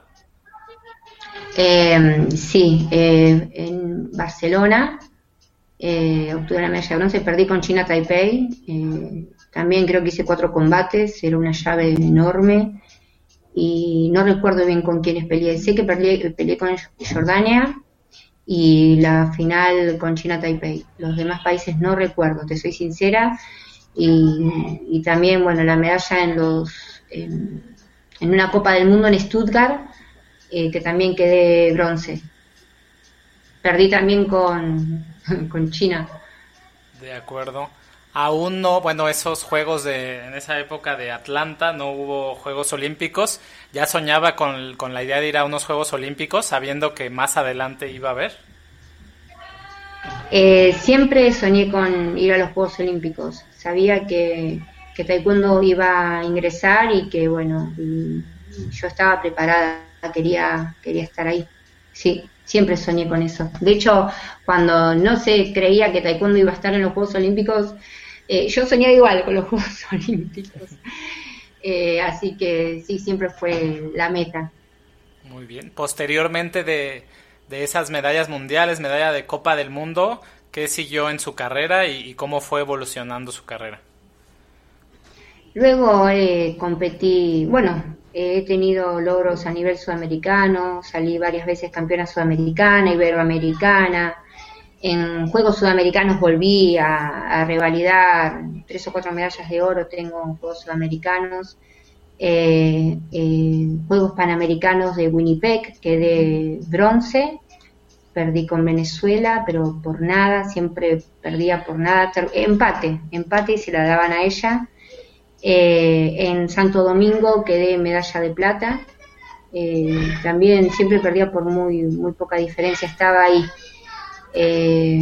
Eh, sí, eh, en Barcelona eh, obtuve la medalla de bronce, perdí con China Taipei, eh, también creo que hice cuatro combates, era una llave enorme y no recuerdo bien con quiénes peleé, sé que peleé, peleé con Jordania y la final con China Taipei, los demás países no recuerdo, te soy sincera. Y, y también, bueno, la medalla en los en, en una Copa del Mundo en Stuttgart, eh, que también quedé bronce. Perdí también con, con China. De acuerdo. Aún no, bueno, esos juegos de, en esa época de Atlanta, no hubo Juegos Olímpicos. Ya soñaba con, con la idea de ir a unos Juegos Olímpicos, sabiendo que más adelante iba a haber. Eh, siempre soñé con ir a los Juegos Olímpicos. Sabía que, que taekwondo iba a ingresar y que, bueno, y yo estaba preparada, quería, quería estar ahí. Sí, siempre soñé con eso. De hecho, cuando no se creía que taekwondo iba a estar en los Juegos Olímpicos, eh, yo soñaba igual con los Juegos Olímpicos. Eh, así que sí, siempre fue la meta. Muy bien. Posteriormente de... de esas medallas mundiales, medalla de Copa del Mundo, ¿qué siguió en su carrera y, y cómo fue evolucionando su carrera? Luego eh, competí, bueno, eh, he tenido logros a nivel sudamericano, salí varias veces campeona sudamericana, iberoamericana, en Juegos Sudamericanos volví a, a revalidar tres o cuatro medallas de oro tengo en Juegos Sudamericanos, Eh, eh, Juegos Panamericanos de Winnipeg, quedé bronce, perdí con Venezuela, pero por nada, siempre perdía por nada, empate, empate y se la daban a ella. Eh, en Santo Domingo quedé medalla de plata, eh, también siempre perdía por muy, muy poca diferencia, estaba ahí. Eh,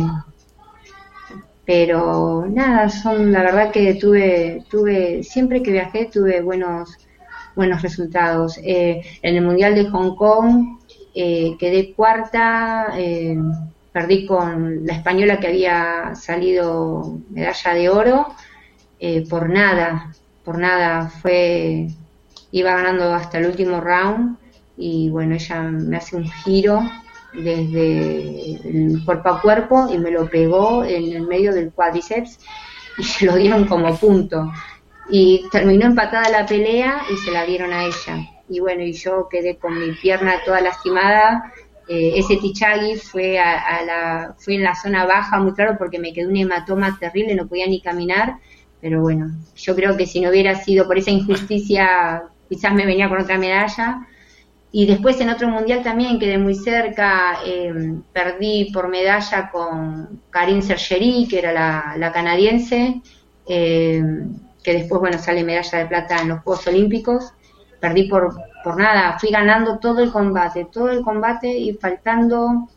pero nada, son la verdad que tuve, tuve siempre que viajé tuve buenos buenos resultados. Eh, en el Mundial de Hong Kong eh, quedé cuarta, eh, perdí con la española que había salido medalla de oro, eh, por nada, por nada, fue, iba ganando hasta el último round y bueno, ella me hace un giro desde el cuerpo a cuerpo y me lo pegó en el medio del cuádriceps y se lo dieron como punto. Y terminó empatada la pelea y se la dieron a ella. Y bueno, y yo quedé con mi pierna toda lastimada. Eh, ese tichagui fue a, a la, fue en la zona baja, muy claro, porque me quedó un hematoma terrible, no podía ni caminar. Pero bueno, yo creo que si no hubiera sido por esa injusticia, quizás me venía con otra medalla. Y después en otro mundial también quedé muy cerca, eh, perdí por medalla con Karine Sergerie, que era la, la canadiense, eh, que después, bueno, sale medalla de plata en los Juegos Olímpicos. Perdí por, por nada, fui ganando todo el combate, todo el combate y faltando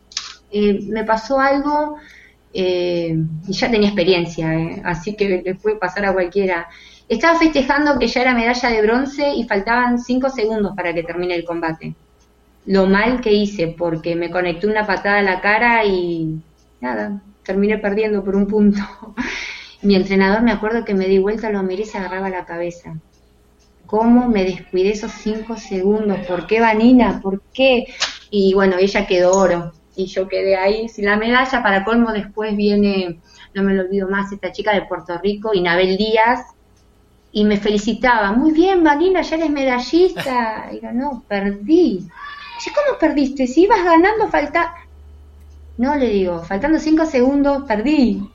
eh, me pasó algo eh, y ya tenía experiencia, eh, así que le puede pasar a cualquiera. Estaba festejando que ya era medalla de bronce y faltaban cinco segundos para que termine el combate. Lo mal que hice, porque me conecté una patada a la cara y nada, terminé perdiendo por un punto. Mi entrenador, me acuerdo que me di vuelta, lo miré y se agarraba la cabeza. ¿Cómo me descuidé esos cinco segundos? ¿Por qué, Vanina? ¿Por qué? Y bueno, ella quedó oro y yo quedé ahí sin la medalla. Para colmo, después viene, no me lo olvido más, esta chica de Puerto Rico, Inabel Díaz, y me felicitaba. Muy bien, Vanina, ya eres medallista. Y digo, no, perdí. Dice, ¿cómo perdiste? Si ibas ganando, falta... No, le digo, faltando cinco segundos, perdí.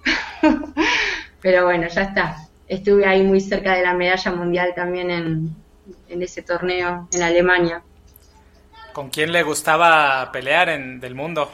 Pero bueno, ya está. Estuve ahí muy cerca de la medalla mundial también en, en ese torneo en Alemania. ¿Con quién le gustaba pelear en del mundo?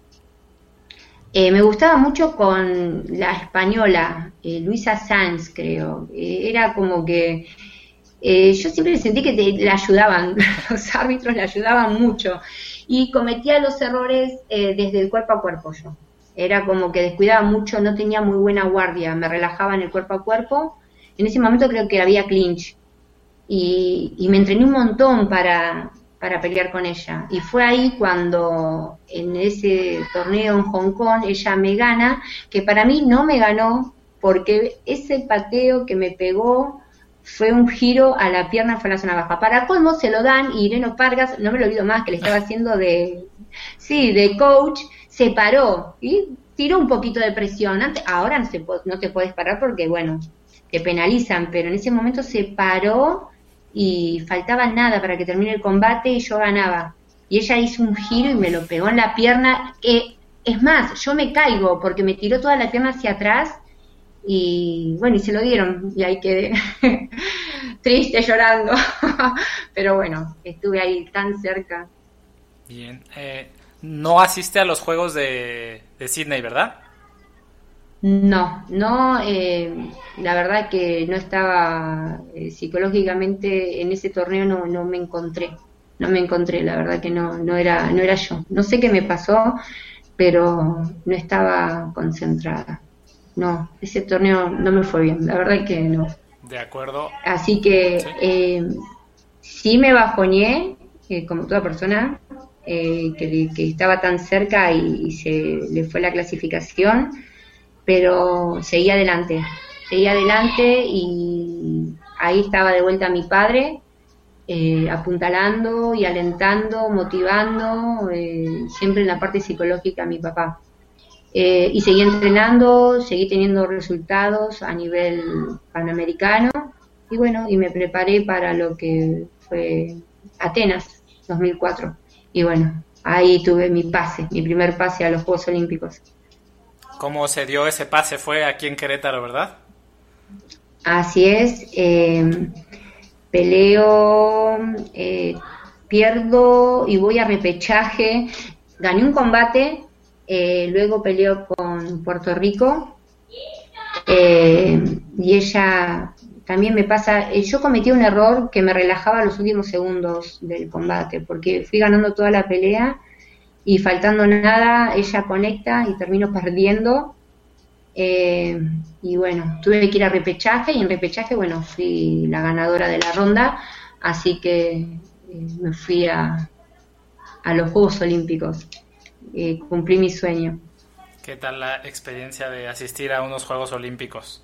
Eh, me gustaba mucho con la española, eh, Luisa Sanz, creo. Eh, era como que... Eh, yo siempre sentí que te, le ayudaban, los árbitros le ayudaban mucho. Y cometía los errores eh, desde el cuerpo a cuerpo yo. Era como que descuidaba mucho, no tenía muy buena guardia, me relajaba en el cuerpo a cuerpo. En ese momento creo que había clinch. Y, y me entrené un montón para, para pelear con ella. Y fue ahí cuando en ese torneo en Hong Kong ella me gana, que para mí no me ganó, porque ese pateo que me pegó fue un giro a la pierna, fue a la zona baja. Para colmo se lo dan y Irene Pargas, no me lo olvido más, que le estaba haciendo de, sí, de coach, se paró y tiró un poquito de presión. Antes, ahora no, se, no te puedes parar porque, bueno, te penalizan, pero en ese momento se paró y faltaba nada para que termine el combate y yo ganaba. Y ella hizo un giro y me lo pegó en la pierna, que es más, yo me caigo porque me tiró toda la pierna hacia atrás. Y bueno, y se lo dieron, y ahí quedé triste, llorando. Pero bueno, estuve ahí tan cerca. Bien, eh, no asiste a los Juegos de, de Sydney, ¿verdad? No, no, eh, la verdad que no estaba eh, psicológicamente en ese torneo, no, no me encontré, no me encontré, la verdad que no, no era, no era yo. No sé qué me pasó, pero no estaba concentrada. No, ese torneo no me fue bien, la verdad que no. De acuerdo. Así que sí, eh, sí me bajoñé, eh, como toda persona eh, que, que estaba tan cerca y, y se le fue la clasificación, pero seguí adelante, seguí adelante y ahí estaba de vuelta mi padre, eh, apuntalando y alentando, motivando, eh, siempre en la parte psicológica mi papá. Eh, y seguí entrenando, seguí teniendo resultados a nivel panamericano y bueno, y me preparé para lo que fue Atenas dos mil cuatro y bueno, ahí tuve mi pase, mi primer pase a los Juegos Olímpicos. ¿Cómo se dio ese pase? Fue aquí en Querétaro, ¿verdad? Así es, eh, peleo, eh, pierdo y voy a repechaje, gané un combate. Eh, luego peleó con Puerto Rico eh, y ella también me pasa, eh, yo cometí un error que me relajaba los últimos segundos del combate porque fui ganando toda la pelea y faltando nada ella conecta y termino perdiendo eh, y bueno, tuve que ir a repechaje y en repechaje bueno, fui la ganadora de la ronda, así que eh, me fui a, a los Juegos Olímpicos. Eh, cumplí mi sueño. ¿Qué tal la experiencia de asistir a unos Juegos Olímpicos?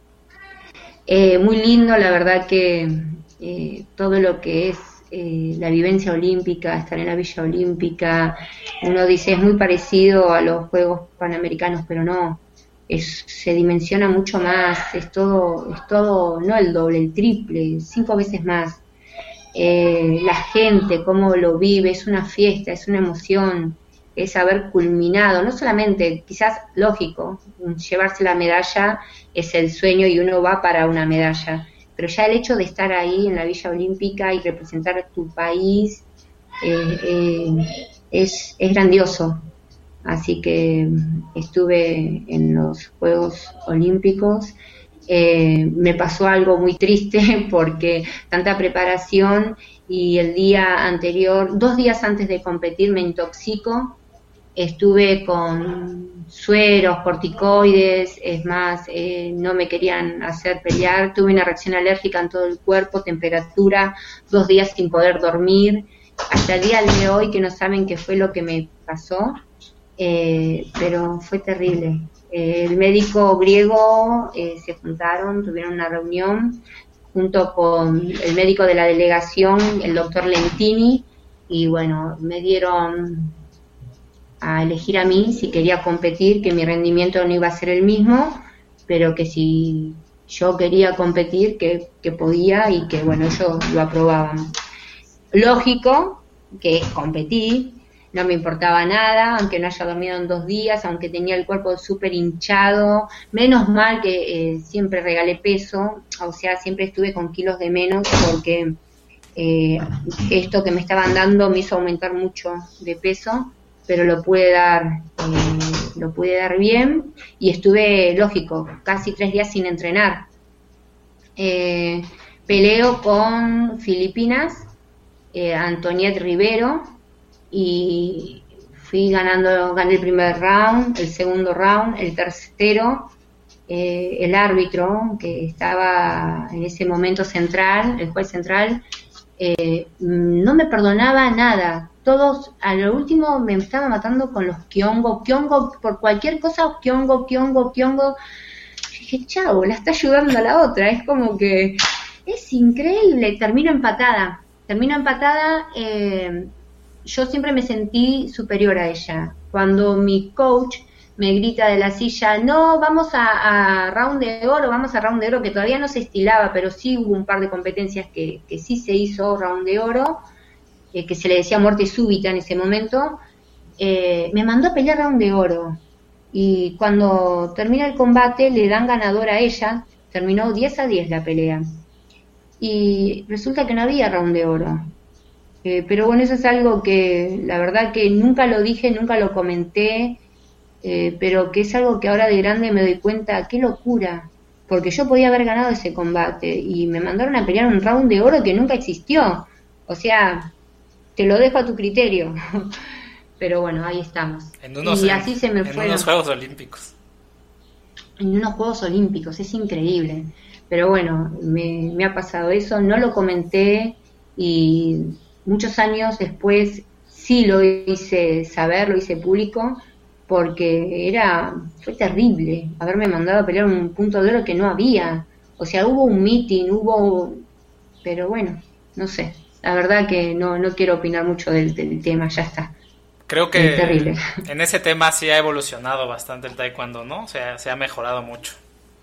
Eh, muy lindo, la verdad que eh, todo lo que es eh, la vivencia olímpica, estar en la Villa Olímpica, uno dice es muy parecido a los Juegos Panamericanos, pero no, es, se dimensiona mucho más, es todo, es todo, no el doble, el triple, cinco veces más. Eh, la gente, cómo lo vive, es una fiesta, es una emoción. Es haber culminado, no solamente, quizás lógico, llevarse la medalla es el sueño y uno va para una medalla, pero ya el hecho de estar ahí en la Villa Olímpica y representar a tu país eh, eh, es, es grandioso. Así que estuve en los Juegos Olímpicos, eh, me pasó algo muy triste porque tanta preparación y el día anterior, dos días antes de competir me intoxico. estuve con sueros, corticoides, es más, eh, no me querían hacer pelear, tuve una reacción alérgica en todo el cuerpo, temperatura, dos días sin poder dormir, hasta el día de hoy que no saben qué fue lo que me pasó, eh, pero fue terrible. Eh, el médico griego eh, se juntaron, tuvieron una reunión junto con el médico de la delegación, el doctor Lentini, y bueno, me dieron a elegir a mí si quería competir, que mi rendimiento no iba a ser el mismo, pero que si yo quería competir, que, que podía y que bueno, ellos lo aprobaban. Lógico que competí, no me importaba nada, aunque no haya dormido en dos días, aunque tenía el cuerpo súper hinchado, menos mal que eh, siempre regalé peso, o sea, siempre estuve con kilos de menos porque eh, esto que me estaban dando me hizo aumentar mucho de peso, pero lo pude dar, eh, lo pude dar bien y estuve, lógico, casi tres días sin entrenar. Eh, peleo con Filipinas, eh, Antoniette Rivero, y fui ganando, gané el primer round, el segundo round, el tercero, eh, el árbitro que estaba en ese momento central, el juez central, eh, no me perdonaba nada. Todos, a lo último me estaba matando con los kyongo, kyongo, por cualquier cosa, kyongo, kyongo, kyongo. Dije, chao, la está ayudando a la otra, es como que es increíble. Termino empatada, termino empatada, eh, yo siempre me sentí superior a ella. Cuando mi coach me grita de la silla, no, vamos a, a round de oro, vamos a round de oro, que todavía no se estilaba, pero sí hubo un par de competencias que, que sí se hizo round de oro, eh, que se le decía muerte súbita en ese momento, eh, me mandó a pelear round de oro. Y cuando termina el combate le dan ganador a ella, terminó diez a diez la pelea. Y resulta que no había round de oro. Eh, pero bueno, eso es algo que la verdad que nunca lo dije, nunca lo comenté, eh, pero que es algo que ahora de grande me doy cuenta, qué locura, porque yo podía haber ganado ese combate y me mandaron a pelear un round de oro que nunca existió. O sea, te lo dejo a tu criterio. Pero bueno, ahí estamos. En unos, y así se me en fueron. unos Juegos Olímpicos. En unos Juegos Olímpicos, es increíble. Pero bueno, me, me ha pasado eso, no lo comenté y muchos años después sí lo hice saber, lo hice público, porque era fue terrible haberme mandado a pelear un punto de oro que no había. O sea, hubo un meeting, hubo... Pero bueno, no sé. La verdad que no, no quiero opinar mucho del, del tema, ya está. Creo que es terrible. En ese tema sí ha evolucionado bastante el taekwondo, ¿no? O sea, se ha mejorado mucho.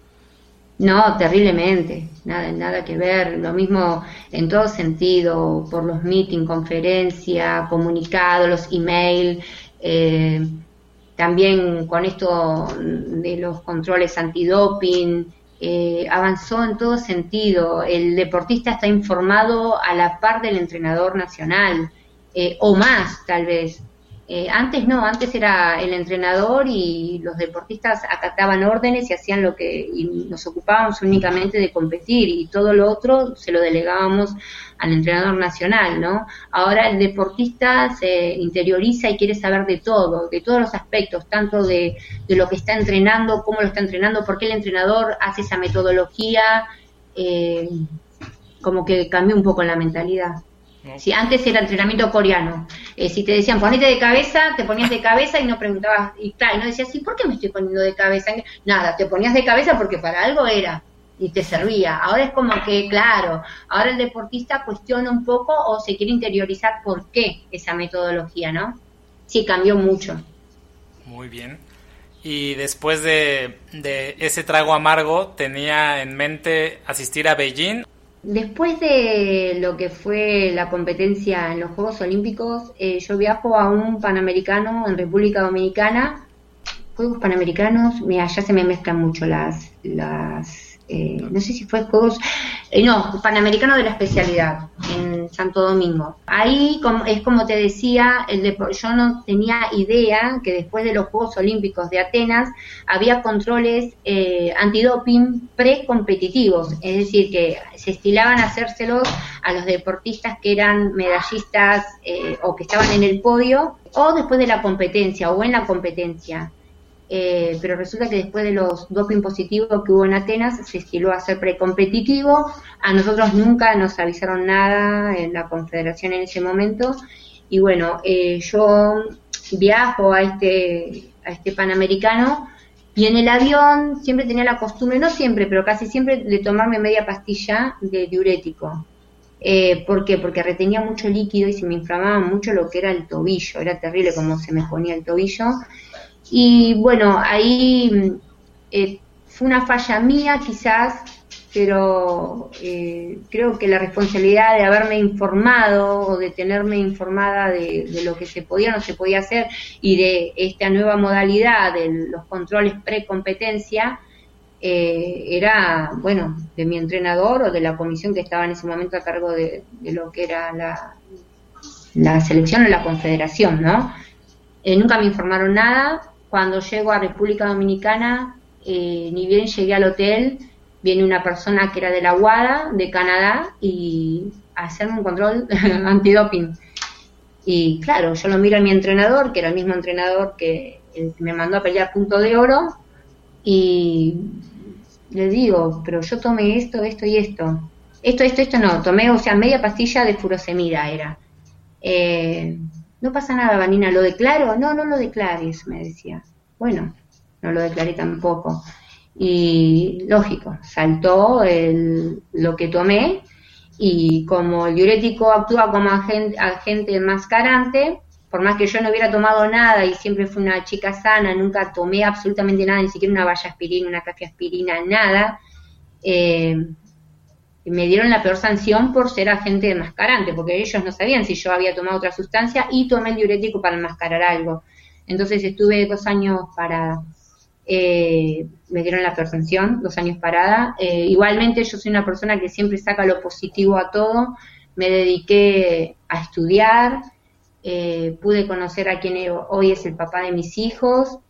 No, terriblemente, nada, nada que ver, lo mismo en todo sentido, por los meetings, conferencias, comunicados, los emails, eh, también con esto de los controles antidoping, eh, avanzó en todo sentido, el deportista está informado a la par del entrenador nacional, eh, o más tal vez. Eh, antes no, antes era el entrenador y los deportistas acataban órdenes y hacían lo que, y nos ocupábamos únicamente de competir y todo lo otro se lo delegábamos al entrenador nacional, ¿no? Ahora el deportista se interioriza y quiere saber de todo, de todos los aspectos, tanto de, de lo que está entrenando, cómo lo está entrenando, por qué el entrenador hace esa metodología, eh, como que cambió un poco la mentalidad. Si antes era entrenamiento coreano, eh, si te decían ponete de cabeza, te ponías de cabeza y no preguntabas, y tal, y no decías, ¿y por qué me estoy poniendo de cabeza? Nada, te ponías de cabeza porque para algo era y te servía. Ahora es como que, claro, ahora el deportista cuestiona un poco o se quiere interiorizar por qué esa metodología, ¿no? Sí, cambió mucho. Muy bien. Y después de, de ese trago amargo, ¿tenía en mente asistir a Beijing? Después de lo que fue la competencia en los Juegos Olímpicos, eh, yo viajo a un Panamericano en República Dominicana. Juegos Panamericanos, mira, ya se me mezclan mucho las, las eh, no sé si fue Juegos, eh, no, Panamericano de la Especialidad, en Santo Domingo. Ahí, como, es como te decía, el de, yo no tenía idea que después de los Juegos Olímpicos de Atenas había controles eh, antidoping precompetitivos, es decir, que se estilaban hacérselos a los deportistas que eran medallistas eh, o que estaban en el podio, o después de la competencia, o en la competencia. Eh, pero resulta que después de los doping positivos que hubo en Atenas se estiló a ser precompetitivo. A nosotros nunca nos avisaron nada en la confederación en ese momento, y bueno, eh, yo viajo a este a este Panamericano, y en el avión siempre tenía la costumbre, no siempre, pero casi siempre, de tomarme media pastilla de diurético. Eh, ¿Por qué? Porque retenía mucho líquido y se me inflamaba mucho lo que era el tobillo, era terrible como se me ponía el tobillo. Y bueno, ahí eh, fue una falla mía quizás, pero eh, creo que la responsabilidad de haberme informado o de tenerme informada de, de lo que se podía o no se podía hacer, y de esta nueva modalidad de los controles pre-competencia, eh, era, bueno, de mi entrenador o de la comisión que estaba en ese momento a cargo de, de lo que era la, la selección o la confederación, ¿no? Eh, nunca me informaron nada. Cuando llego a República Dominicana, eh, ni bien llegué al hotel, viene una persona que era de la WADA, de Canadá, y a hacerme un control antidoping. Y claro, yo lo miro a mi entrenador, que era el mismo entrenador que me mandó a pelear punto de oro, y le digo, pero yo tomé esto, esto y esto. Esto, esto, esto no, tomé, o sea, media pastilla de furosemida era. Eh... No pasa nada, Vanina, ¿lo declaro? No, no lo declares, me decía. Bueno, no lo declaré tampoco. Y lógico, saltó el, lo que tomé, y como el diurético actúa como agente, agente enmascarante, por más que yo no hubiera tomado nada y siempre fui una chica sana, nunca tomé absolutamente nada, ni siquiera una vallaspirina, una cafeaspirina, nada, eh, me dieron la peor sanción por ser agente enmascarante, porque ellos no sabían si yo había tomado otra sustancia y tomé el diurético para enmascarar algo. Entonces estuve dos años parada. Eh, me dieron la peor sanción, dos años parada. Eh, igualmente yo soy una persona que siempre saca lo positivo a todo. Me dediqué a estudiar, eh, pude conocer a quien hoy es el papá de mis hijos,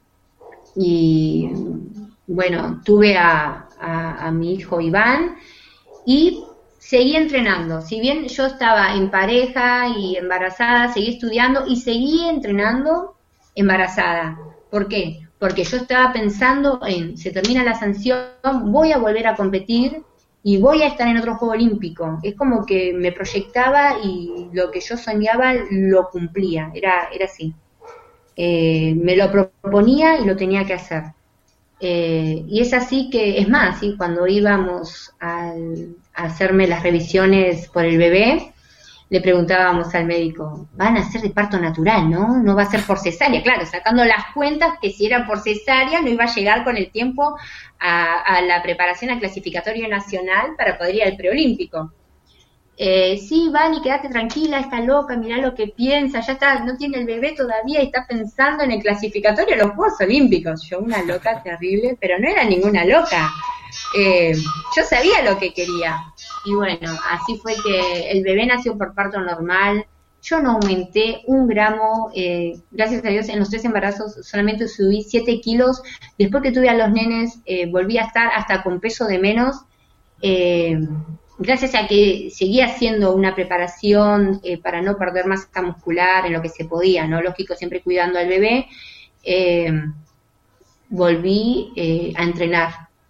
y bueno, tuve a, a, a mi hijo Iván, y seguí entrenando. Si bien yo estaba en pareja y embarazada, seguí estudiando y seguí entrenando embarazada. ¿Por qué? Porque yo estaba pensando en, se termina la sanción, voy a volver a competir y voy a estar en otro Juego Olímpico. Es como que me proyectaba y lo que yo soñaba lo cumplía, era, era así. Eh, me lo proponía y lo tenía que hacer. Eh, y es así que, es más, ¿sí? Cuando íbamos al, a hacerme las revisiones por el bebé, le preguntábamos al médico, van a ser de parto natural, ¿no? No va a ser por cesárea. Claro, sacando las cuentas que si era por cesárea no iba a llegar con el tiempo a, a la preparación al clasificatorio nacional para poder ir al preolímpico. Eh, sí, Vani, quédate tranquila, está loca, mirá lo que piensa, ya está, no tiene el bebé todavía y está pensando en el clasificatorio de los Juegos Olímpicos. Yo una loca terrible, pero no era ninguna loca. Eh, yo sabía lo que quería. Y bueno, así fue que el bebé nació por parto normal. Yo no aumenté un gramo, eh, gracias a Dios en los tres embarazos solamente subí siete kilos. Después que tuve a los nenes eh, volví a estar hasta con peso de menos. Eh, gracias a que seguía haciendo una preparación eh, para no perder masa muscular en lo que se podía, ¿no? Lógico, siempre cuidando al bebé, eh, volví eh, a entrenar.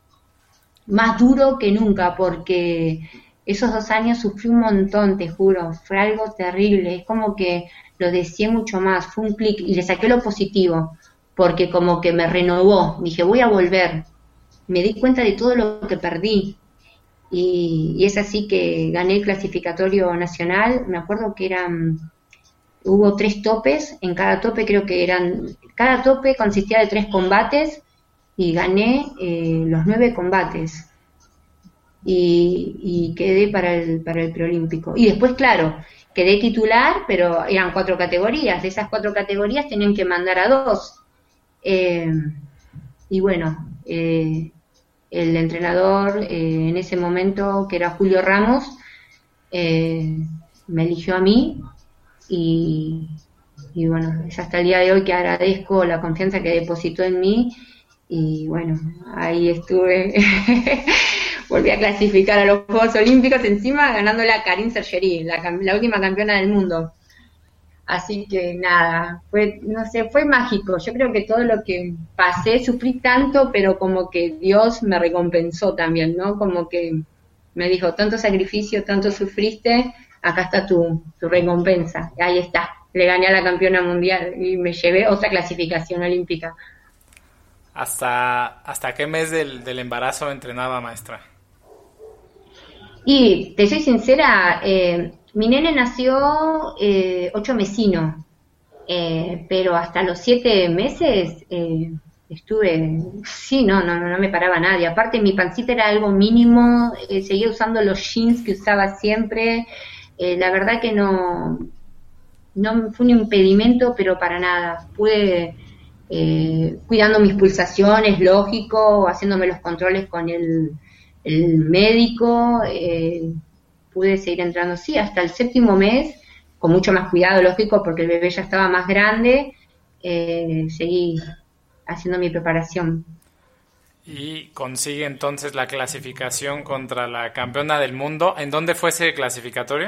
Más duro que nunca, porque esos dos años sufrí un montón, te juro, fue algo terrible, es como que lo deseé mucho más, fue un clic y le saqué lo positivo, porque como que me renovó, dije voy a volver, me di cuenta de todo lo que perdí. Y, y es así que gané el clasificatorio nacional. Me acuerdo que eran, hubo tres topes, en cada tope creo que eran, cada tope consistía de tres combates y gané eh, los nueve combates y, y quedé para el, para el preolímpico. Y después, claro, quedé titular, pero eran cuatro categorías, de esas cuatro categorías tenían que mandar a dos. Eh, y bueno, eh, el entrenador eh, en ese momento, que era Julio Ramos, eh, me eligió a mí y, y bueno, es hasta el día de hoy que agradezco la confianza que depositó en mí y bueno, ahí estuve, volví a clasificar a los Juegos Olímpicos, encima ganándole a Karine Sergerie, la, la última campeona del mundo. Así que nada, fue, no sé, fue mágico. Yo creo que todo lo que pasé, sufrí tanto, pero como que Dios me recompensó también, ¿no? Como que me dijo, tanto sacrificio, tanto sufriste, acá está tu, tu recompensa. Y ahí está, le gané a la campeona mundial y me llevé otra clasificación olímpica. ¿Hasta, hasta qué mes del, del embarazo entrenaba, maestra? Y te soy sincera, eh, mi nene nació eh, ocho mesino, eh, pero hasta los siete meses eh, estuve, sí, no, no, no me paraba nadie. Aparte mi pancita era algo mínimo, eh, seguía usando los jeans que usaba siempre. Eh, la verdad que no, no fue un impedimento, pero para nada. Pude eh, cuidando mis pulsaciones, lógico, haciéndome los controles con el, el médico. Eh, pude seguir entrando, sí, hasta el séptimo mes, con mucho más cuidado, lógico, porque el bebé ya estaba más grande, eh, seguí haciendo mi preparación. Y consigue entonces la clasificación contra la campeona del mundo. ¿En dónde fue ese clasificatorio?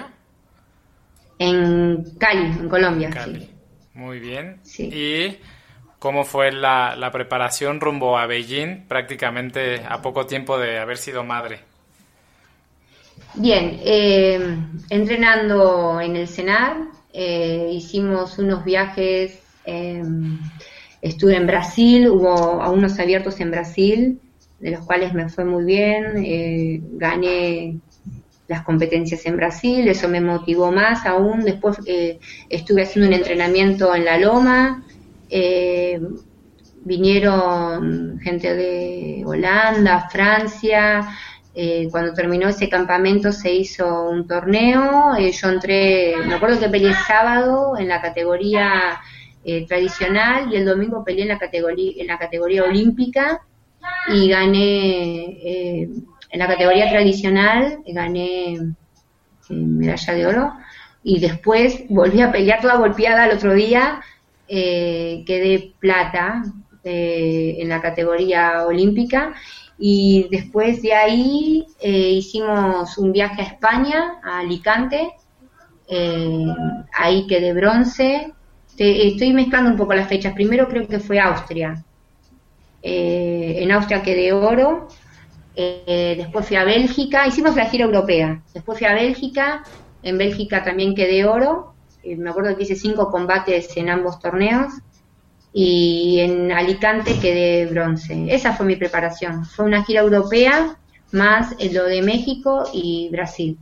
En Cali, en Colombia. Cali. Sí. Muy bien. Sí. ¿Y cómo fue la, la preparación rumbo a Beijing, prácticamente a poco tiempo de haber sido madre? Bien, eh, entrenando en el CENAR, eh, hicimos unos viajes, eh, estuve en Brasil, hubo a unos abiertos en Brasil, de los cuales me fue muy bien, eh, gané las competencias en Brasil, eso me motivó más aún. Después eh, estuve haciendo un entrenamiento en La Loma, eh, vinieron gente de Holanda, Francia. Eh, cuando terminó ese campamento se hizo un torneo, eh, yo entré, me acuerdo que peleé sábado en la categoría eh, tradicional y el domingo peleé en la categoría, en la categoría olímpica y gané, eh, en la categoría tradicional gané eh, medalla de oro y después volví a pelear toda golpeada el otro día, eh, quedé plata eh, en la categoría olímpica. Y después de ahí eh, hicimos un viaje a España, a Alicante, eh, ahí quedé bronce. Te, estoy mezclando un poco las fechas, primero creo que fue Austria, eh, en Austria quedé oro, eh, después fui a Bélgica, hicimos la gira europea, después fui a Bélgica, en Bélgica también quedé oro, eh, me acuerdo que hice cinco combates en ambos torneos. Y en Alicante quedé bronce. Esa fue mi preparación. Fue una gira europea más lo de México y Brasil.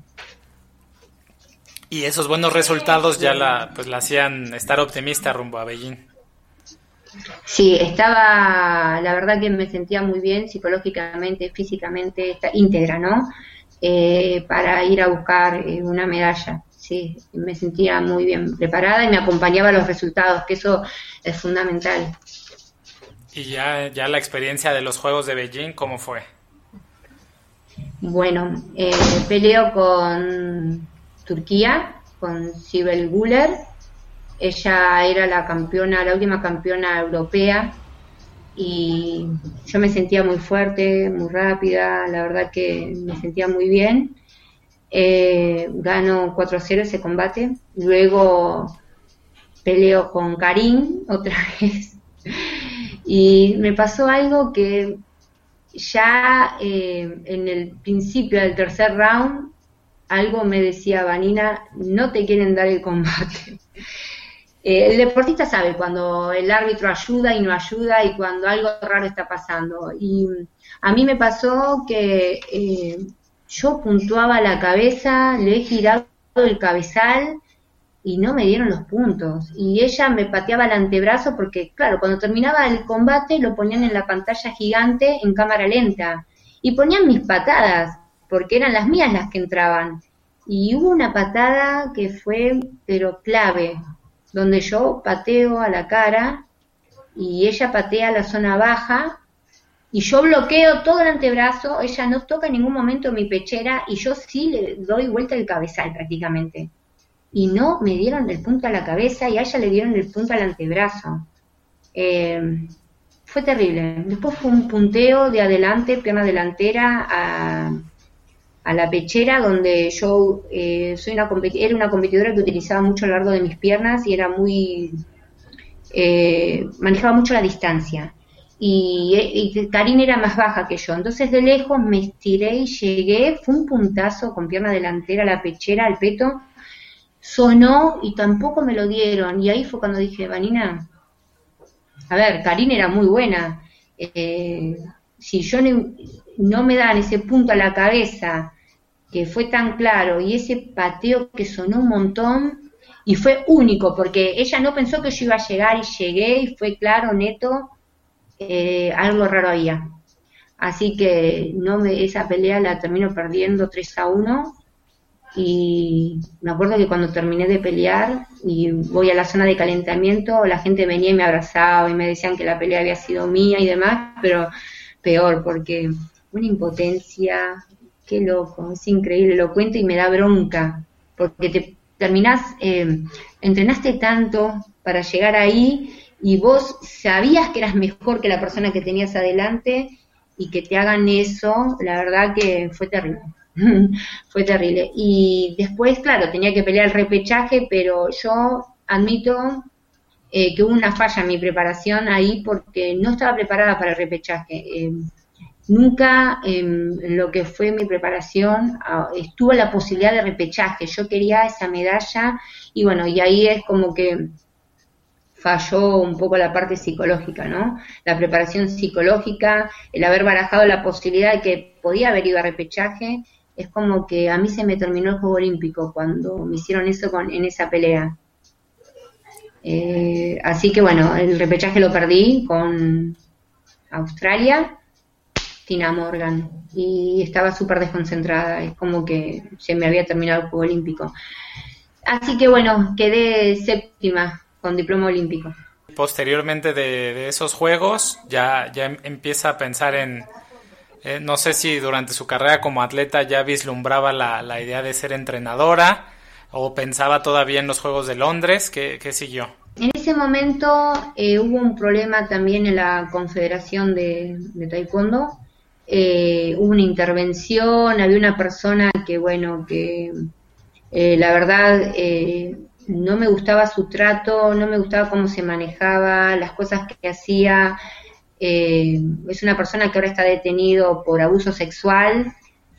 Y esos buenos resultados ya la, pues, la hacían estar optimista rumbo a Beijing. Sí, estaba, la verdad que me sentía muy bien psicológicamente, físicamente, íntegra, ¿no? Eh, para ir a buscar eh, una medalla. Sí, me sentía muy bien preparada y me acompañaba a los resultados, que eso es fundamental. Y ya, ya la experiencia de los Juegos de Beijing, ¿cómo fue? Bueno, eh, peleo con Turquía, con Sibel Güler. Ella era la campeona, la última campeona europea y yo me sentía muy fuerte, muy rápida, la verdad que me sentía muy bien. Eh, gano cuatro a cero ese combate, luego peleo con Karim otra vez y me pasó algo que ya eh, en el principio del tercer round algo me decía, Vanina, no te quieren dar el combate. Eh, el deportista sabe cuando el árbitro ayuda y no ayuda y cuando algo raro está pasando, y a mí me pasó que eh, yo puntuaba la cabeza, le he girado el cabezal y no me dieron los puntos. Y ella me pateaba el antebrazo porque, claro, cuando terminaba el combate lo ponían en la pantalla gigante en cámara lenta. Y ponían mis patadas, porque eran las mías las que entraban. Y hubo una patada que fue, pero clave, donde yo pateo a la cara y ella patea a la zona baja. y yo bloqueo todo el antebrazo, ella no toca en ningún momento mi pechera y yo sí le doy vuelta el cabezal prácticamente. Y no me dieron el punto a la cabeza y a ella le dieron el punto al antebrazo. Eh, fue terrible. Después fue un punteo de adelante, pierna delantera, a, a la pechera, donde yo eh, soy una era una competidora que utilizaba mucho a lo largo de mis piernas y era muy... Eh, manejaba mucho la distancia. Y, y Karine era más baja que yo, entonces de lejos me estiré y llegué, fue un puntazo con pierna delantera, la pechera, al peto, sonó y tampoco me lo dieron, y ahí fue cuando dije, Vanina, a ver, Karine era muy buena, eh, si yo no, no me dan ese punto a la cabeza, que fue tan claro, y ese pateo que sonó un montón, y fue único, porque ella no pensó que yo iba a llegar, y llegué, y fue claro, neto, Eh, algo raro había, así que no me, esa pelea la termino perdiendo tres a uno, y me acuerdo que cuando terminé de pelear y voy a la zona de calentamiento, la gente venía y me abrazaba y me decían que la pelea había sido mía y demás, pero peor, porque una impotencia, qué loco, es increíble, lo cuento y me da bronca, porque te terminás, eh, entrenaste tanto para llegar ahí, y vos sabías que eras mejor que la persona que tenías adelante, y que te hagan eso, la verdad que fue terrible, fue terrible. Y después, claro, tenía que pelear el repechaje, pero yo admito eh, que hubo una falla en mi preparación ahí, porque no estaba preparada para el repechaje. Eh, nunca eh, en lo que fue mi preparación uh, estuvo la posibilidad de repechaje, yo quería esa medalla, y bueno, y ahí es como que falló un poco la parte psicológica, ¿no? La preparación psicológica, el haber barajado la posibilidad de que podía haber ido a repechaje, es como que a mí se me terminó el Juego Olímpico cuando me hicieron eso con, en esa pelea. Eh, así que bueno, el repechaje lo perdí con Australia, Tina Morgan, y estaba súper desconcentrada, es como que se me había terminado el Juego Olímpico. Así que bueno, quedé séptima con diploma olímpico. Posteriormente de, de esos juegos, ya, ya empieza a pensar en, eh, no sé si durante su carrera como atleta ya vislumbraba la, la idea de ser entrenadora, o pensaba todavía en los Juegos de Londres. ¿Qué, qué siguió? En ese momento eh, hubo un problema también en la Confederación de, de Taekwondo, eh, hubo una intervención, había una persona que, bueno, que eh, la verdad... Eh, no me gustaba su trato, no me gustaba cómo se manejaba, las cosas que hacía. Eh, es una persona que ahora está detenido por abuso sexual,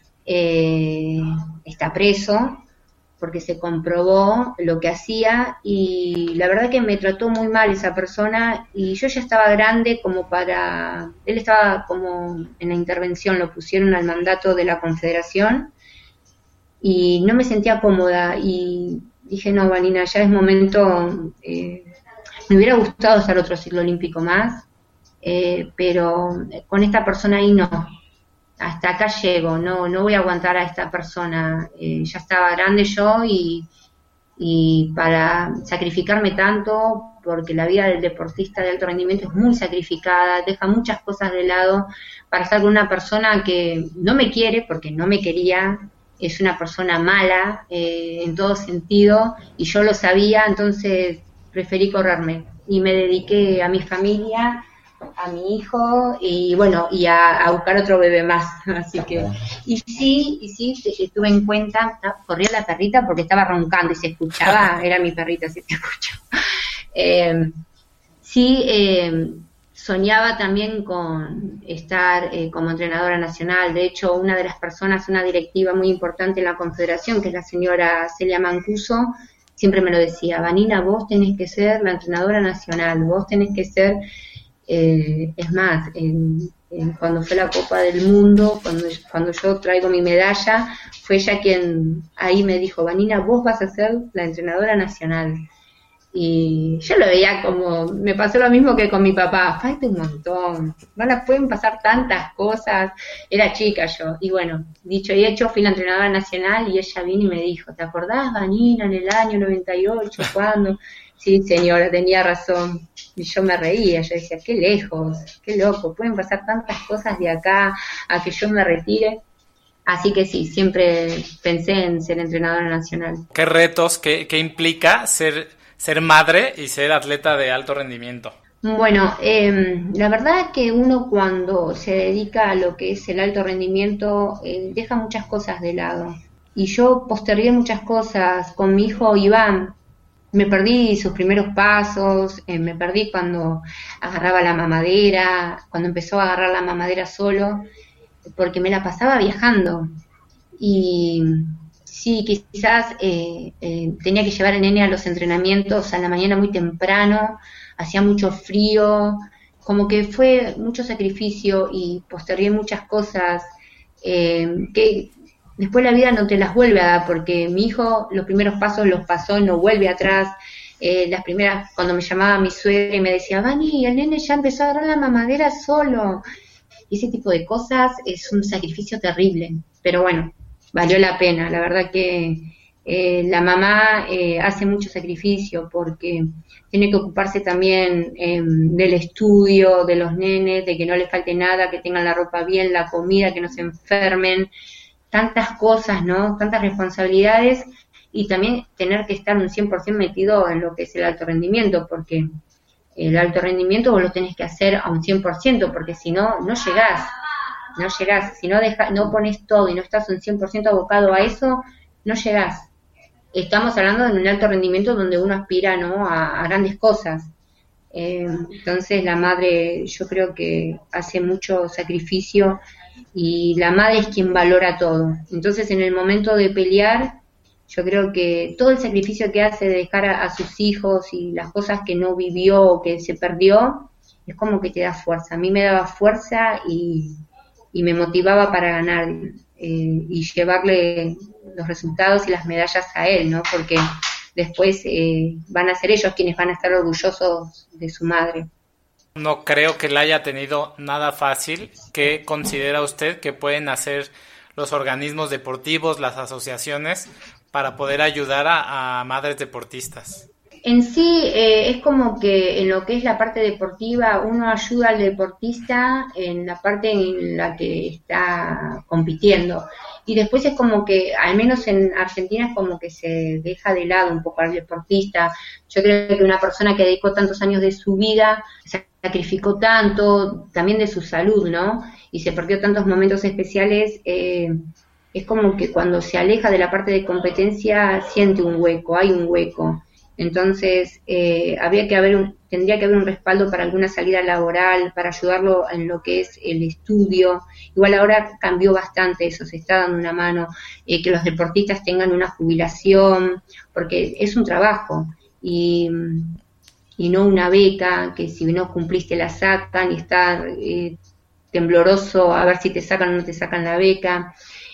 eh, está preso porque se comprobó lo que hacía, y la verdad que me trató muy mal esa persona, y yo ya estaba grande como para... Él estaba como en la intervención, lo pusieron al mandato de la Confederación, y no me sentía cómoda, y dije, no, Vanina, ya es momento, eh, me hubiera gustado hacer otro ciclo olímpico más, eh, pero con esta persona ahí no, hasta acá llego, no no voy a aguantar a esta persona, eh, ya estaba grande yo, y, y para sacrificarme tanto, porque la vida del deportista de alto rendimiento es muy sacrificada, deja muchas cosas de lado para estar con una persona que no me quiere, porque no me quería, es una persona mala eh, en todo sentido, y yo lo sabía, entonces preferí correrme y me dediqué a mi familia, a mi hijo, y bueno, y a, a buscar otro bebé más, así que, y sí, y sí, tuve en cuenta, corría la perrita porque estaba roncando y se escuchaba, era mi perrita, si se escuchó. Eh, sí, eh, soñaba también con estar eh, como entrenadora nacional. De hecho, una de las personas, una directiva muy importante en la Confederación, que es la señora Celia Mancuso, siempre me lo decía, Vanina, vos tenés que ser la entrenadora nacional, vos tenés que ser, eh, es más, en, en cuando fue la Copa del Mundo, cuando, cuando yo traigo mi medalla, fue ella quien ahí me dijo, Vanina, vos vas a ser la entrenadora nacional. Y yo lo veía como, me pasó lo mismo que con mi papá, falta un montón, no las pueden pasar tantas cosas, era chica yo, y bueno, dicho y hecho, fui la entrenadora nacional y ella vino y me dijo, ¿te acordás, Vanina, en el año noventa y ocho, cuando? Sí, señora, tenía razón, y yo me reía, yo decía, qué lejos, qué loco, pueden pasar tantas cosas de acá a que yo me retire. Así que sí, siempre pensé en ser entrenadora nacional. ¿Qué retos, qué, qué implica ser... ser madre y ser atleta de alto rendimiento? Bueno, eh, la verdad que uno cuando se dedica a lo que es el alto rendimiento eh, deja muchas cosas de lado. Y yo postergué muchas cosas con mi hijo Iván. Me perdí sus primeros pasos, eh, me perdí cuando agarraba la mamadera, cuando empezó a agarrar la mamadera solo, porque me la pasaba viajando. Y... sí, quizás eh, eh, tenía que llevar al nene a los entrenamientos a la mañana muy temprano, hacía mucho frío, como que fue mucho sacrificio y postergué muchas cosas eh, que después la vida no te las vuelve a dar, porque mi hijo los primeros pasos los pasó, no vuelve atrás. Eh, las primeras, cuando me llamaba mi suegra y me decía, Vani, el nene ya empezó a agarrar la mamadera solo. Y ese tipo de cosas es un sacrificio terrible, pero bueno, valió la pena. La verdad que eh, la mamá eh, hace mucho sacrificio porque tiene que ocuparse también eh, del estudio de los nenes, de que no les falte nada, que tengan la ropa bien, la comida, que no se enfermen, tantas cosas, ¿no? Tantas responsabilidades, y también tener que estar un cien por ciento metido en lo que es el alto rendimiento, porque el alto rendimiento vos lo tenés que hacer a un cien por ciento, porque si no, no llegás. No llegás, si no deja, no pones todo y no estás un cien por ciento abocado a eso, no llegás. Estamos hablando de un alto rendimiento donde uno aspira, ¿no?, a, a grandes cosas. Eh, entonces la madre, yo creo que hace mucho sacrificio y la madre es quien valora todo. Entonces en el momento de pelear, yo creo que todo el sacrificio que hace de dejar a, a sus hijos y las cosas que no vivió o que se perdió, es como que te da fuerza. A mí me daba fuerza y... y me motivaba para ganar eh, y llevarle los resultados y las medallas a él, ¿no? Porque después eh, van a ser ellos quienes van a estar orgullosos de su madre. No creo que la haya tenido nada fácil. ¿Qué considera usted que pueden hacer los organismos deportivos, las asociaciones, para poder ayudar a, a madres deportistas? En sí, eh, es como que en lo que es la parte deportiva, uno ayuda al deportista en la parte en la que está compitiendo. Y después es como que, al menos en Argentina, es como que se deja de lado un poco al deportista. Yo creo que una persona que dedicó tantos años de su vida, se sacrificó tanto, también de su salud, ¿no? Y se perdió tantos momentos especiales, eh, es como que cuando se aleja de la parte de competencia, siente un hueco, hay un hueco. Entonces, eh, habría que haber un, tendría que haber un respaldo para alguna salida laboral, para ayudarlo en lo que es el estudio. Igual ahora cambió bastante eso, se está dando una mano, eh, que los deportistas tengan una jubilación, porque es un trabajo, y, y no una beca, que si no cumpliste la sacan, y estar eh, tembloroso a ver si te sacan o no te sacan la beca.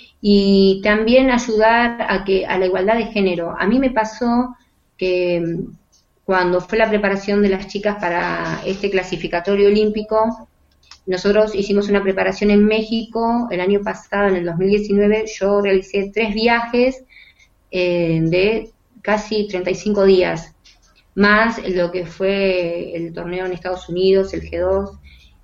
Y también ayudar a que a la igualdad de género. A mí me pasó que cuando fue la preparación de las chicas para este clasificatorio olímpico, nosotros hicimos una preparación en México el año pasado, en el dos mil diecinueve, yo realicé tres viajes eh, de casi treinta y cinco días, más lo que fue el torneo en Estados Unidos, el G dos,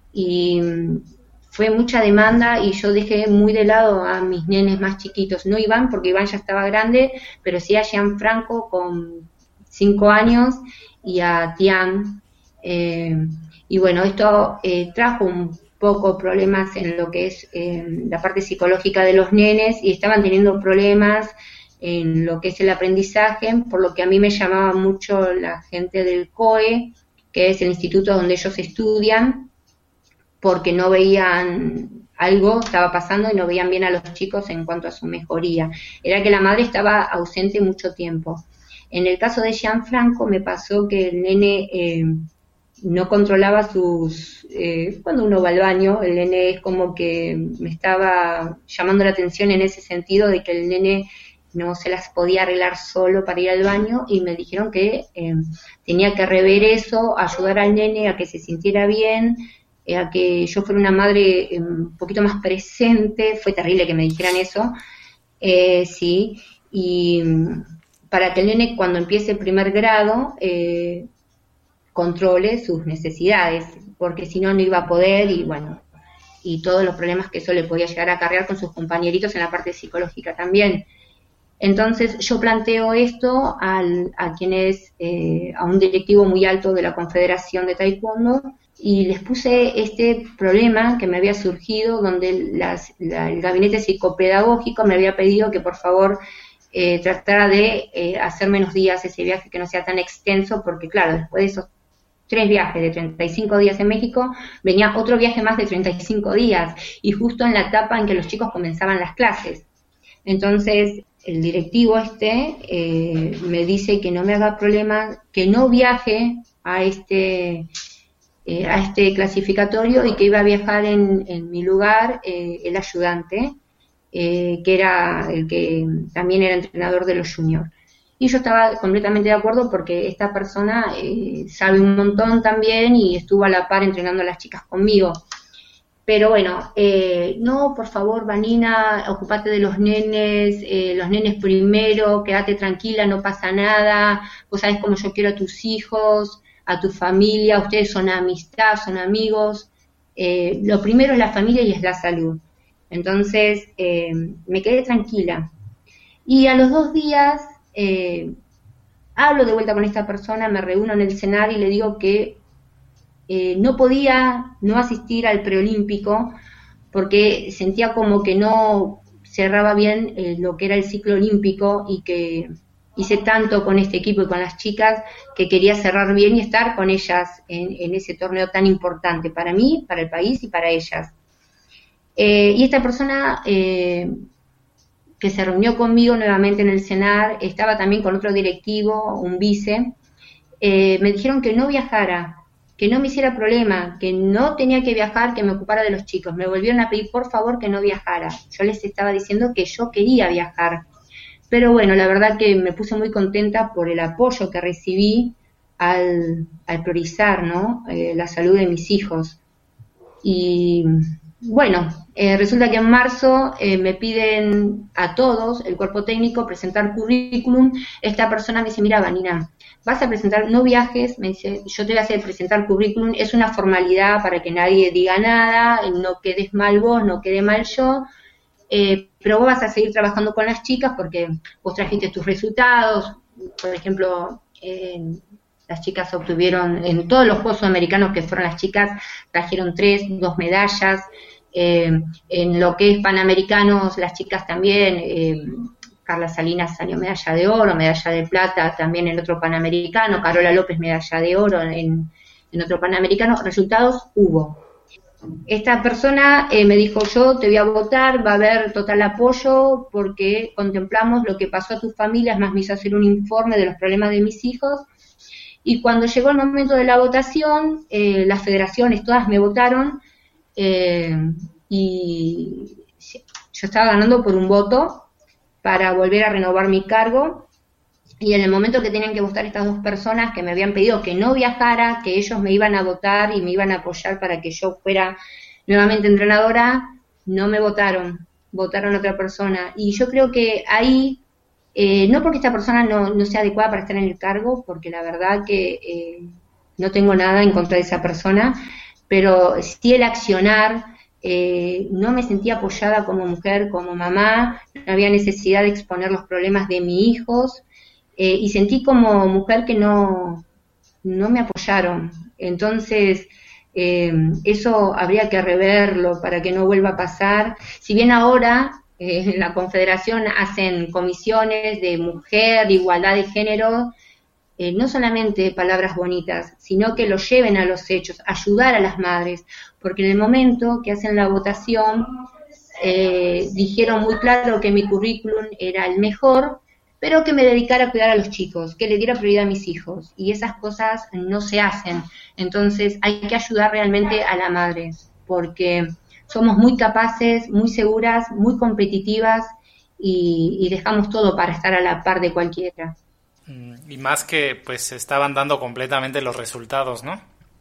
y fue mucha demanda y yo dejé muy de lado a mis nenes más chiquitos, no Iván, porque Iván ya estaba grande, pero sí a Gianfranco con cinco años y a Tian, eh, y bueno, esto eh, trajo un poco problemas en lo que es eh, la parte psicológica de los nenes, y estaban teniendo problemas en lo que es el aprendizaje, por lo que a mí me llamaba mucho la gente del C O E, que es el instituto donde ellos estudian, porque no veían algo, estaba pasando y no veían bien a los chicos en cuanto a su mejoría. Era que la madre estaba ausente mucho tiempo. En el caso de Gianfranco me pasó que el nene eh, no controlaba sus... Eh, cuando uno va al baño, el nene es como que me estaba llamando la atención en ese sentido de que el nene no se las podía arreglar solo para ir al baño, y me dijeron que eh, tenía que rever eso, ayudar al nene a que se sintiera bien, eh, a que yo fuera una madre eh, un poquito más presente. Fue terrible que me dijeran eso, eh, sí, y para que el nene cuando empiece el primer grado eh, controle sus necesidades, porque si no, no iba a poder, y bueno, y todos los problemas que eso le podía llegar a acarrear con sus compañeritos en la parte psicológica también. Entonces yo planteo esto al, a quienes, eh, a un directivo muy alto de la Confederación de Taekwondo, y les puse este problema que me había surgido, donde las, la, el gabinete psicopedagógico me había pedido que por favor eh, tratara de eh, hacer menos días ese viaje, que no sea tan extenso, porque claro, después de esos tres viajes de treinta y cinco días en México, venía otro viaje más de treinta y cinco días, y justo en la etapa en que los chicos comenzaban las clases. Entonces, el directivo este eh, me dice que no me haga problema, que no viaje a este eh, a este clasificatorio, y que iba a viajar en, en mi lugar eh, el ayudante, eh, que era el que también era entrenador de los juniors. Y yo estaba completamente de acuerdo, porque esta persona eh, sabe un montón también y estuvo a la par entrenando a las chicas conmigo. Pero bueno, eh, no, por favor, Vanina, ocupate de los nenes, eh, los nenes primero, quédate tranquila, no pasa nada, vos sabés cómo yo quiero a tus hijos, a tu familia, ustedes son amistad, son amigos, eh, lo primero es la familia y es la salud. Entonces, eh, me quedé tranquila. Y a los dos días, eh, hablo de vuelta con esta persona, me reúno en el CENAR y le digo que Eh, no podía no asistir al preolímpico, porque sentía como que no cerraba bien eh, lo que era el ciclo olímpico, y que hice tanto con este equipo y con las chicas que quería cerrar bien y estar con ellas en, en ese torneo tan importante para mí, para el país y para ellas. Eh, y esta persona eh, que se reunió conmigo nuevamente en el CENAR, estaba también con otro directivo, un vice, eh, me dijeron que no viajara, que no me hiciera problema, que no tenía que viajar, que me ocupara de los chicos. Me volvieron a pedir por favor que no viajara. Yo les estaba diciendo que yo quería viajar. Pero bueno, la verdad que me puse muy contenta por el apoyo que recibí al, al priorizar, ¿no? eh, la salud de mis hijos. Y bueno, eh, resulta que en marzo eh, me piden a todos, el cuerpo técnico, presentar currículum. Esta persona me dice, mira, Vanina, vas a presentar, no viajes, me dice, yo te voy a hacer presentar currículum, es una formalidad para que nadie diga nada, no quedes mal vos, no quede mal yo, eh, pero vos vas a seguir trabajando con las chicas porque vos trajiste tus resultados. Por ejemplo, eh, las chicas obtuvieron, en todos los Juegos Sudamericanos que fueron las chicas, trajeron tres, dos medallas, eh, en lo que es Panamericanos, las chicas también, eh, Carla Salinas salió medalla de oro, medalla de plata también en otro Panamericano, Carola López medalla de oro en, en otro Panamericano. Resultados hubo. Esta persona eh, me dijo, yo te voy a votar, va a haber total apoyo porque contemplamos lo que pasó a tus familias, más me hizo hacer un informe de los problemas de mis hijos. Y cuando llegó el momento de la votación, eh, las federaciones todas me votaron, eh, y yo estaba ganando por un voto para volver a renovar mi cargo, y en el momento que tenían que votar estas dos personas que me habían pedido que no viajara, que ellos me iban a votar y me iban a apoyar para que yo fuera nuevamente entrenadora, no me votaron, votaron a otra persona. Y yo creo que ahí, eh, no porque esta persona no, no sea adecuada para estar en el cargo, porque la verdad que eh, no tengo nada en contra de esa persona, pero sí el accionar. Eh, no me sentía apoyada como mujer, como mamá, no había necesidad de exponer los problemas de mis hijos, eh, y sentí como mujer que no, no me apoyaron. Entonces, eh, eso habría que reverlo para que no vuelva a pasar. Si bien ahora eh, en la Confederación hacen comisiones de mujer, de igualdad de género, Eh, no solamente palabras bonitas, sino que lo lleven a los hechos, ayudar a las madres, porque en el momento que hacen la votación eh, dijeron muy claro que mi currículum era el mejor, pero que me dedicara a cuidar a los chicos, que le diera prioridad a mis hijos, y esas cosas no se hacen. Entonces hay que ayudar realmente a las madres, porque somos muy capaces, muy seguras, muy competitivas, y, y dejamos todo para estar a la par de cualquiera. Y más que pues estaban dando completamente los resultados, ¿no?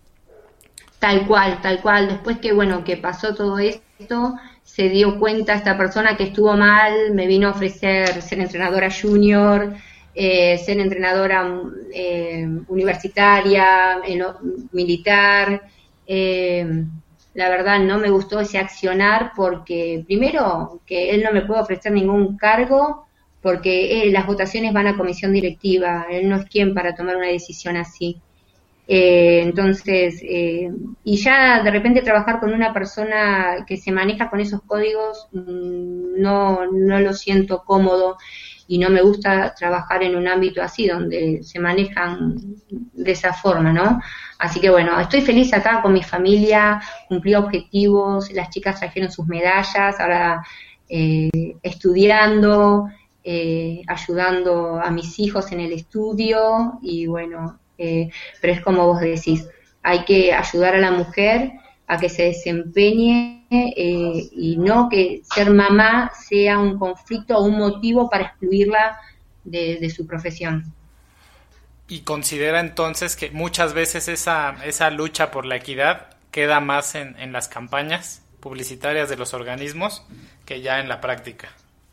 Tal cual, tal cual. Después que, bueno, que pasó todo esto, se dio cuenta esta persona que estuvo mal, me vino a ofrecer ser entrenadora junior, eh, ser entrenadora eh, universitaria, eh, militar. Eh, la verdad no me gustó ese accionar porque, primero, que él no me puede ofrecer ningún cargo porque eh, las votaciones van a comisión directiva, él no es quien para tomar una decisión así. Eh, entonces, eh, y ya de repente trabajar con una persona que se maneja con esos códigos, no, no lo siento cómodo y no me gusta trabajar en un ámbito así, donde se manejan de esa forma, ¿no? Así que bueno, estoy feliz acá con mi familia, cumplí objetivos, las chicas trajeron sus medallas, ahora eh, estudiando, eh, ayudando a mis hijos en el estudio y bueno, Eh, pero es como vos decís, hay que ayudar a la mujer a que se desempeñe eh, y no que ser mamá sea un conflicto o un motivo para excluirla de, de su profesión. Y considera entonces que muchas veces esa, esa lucha por la equidad queda más en, en las campañas publicitarias de los organismos que ya en la práctica.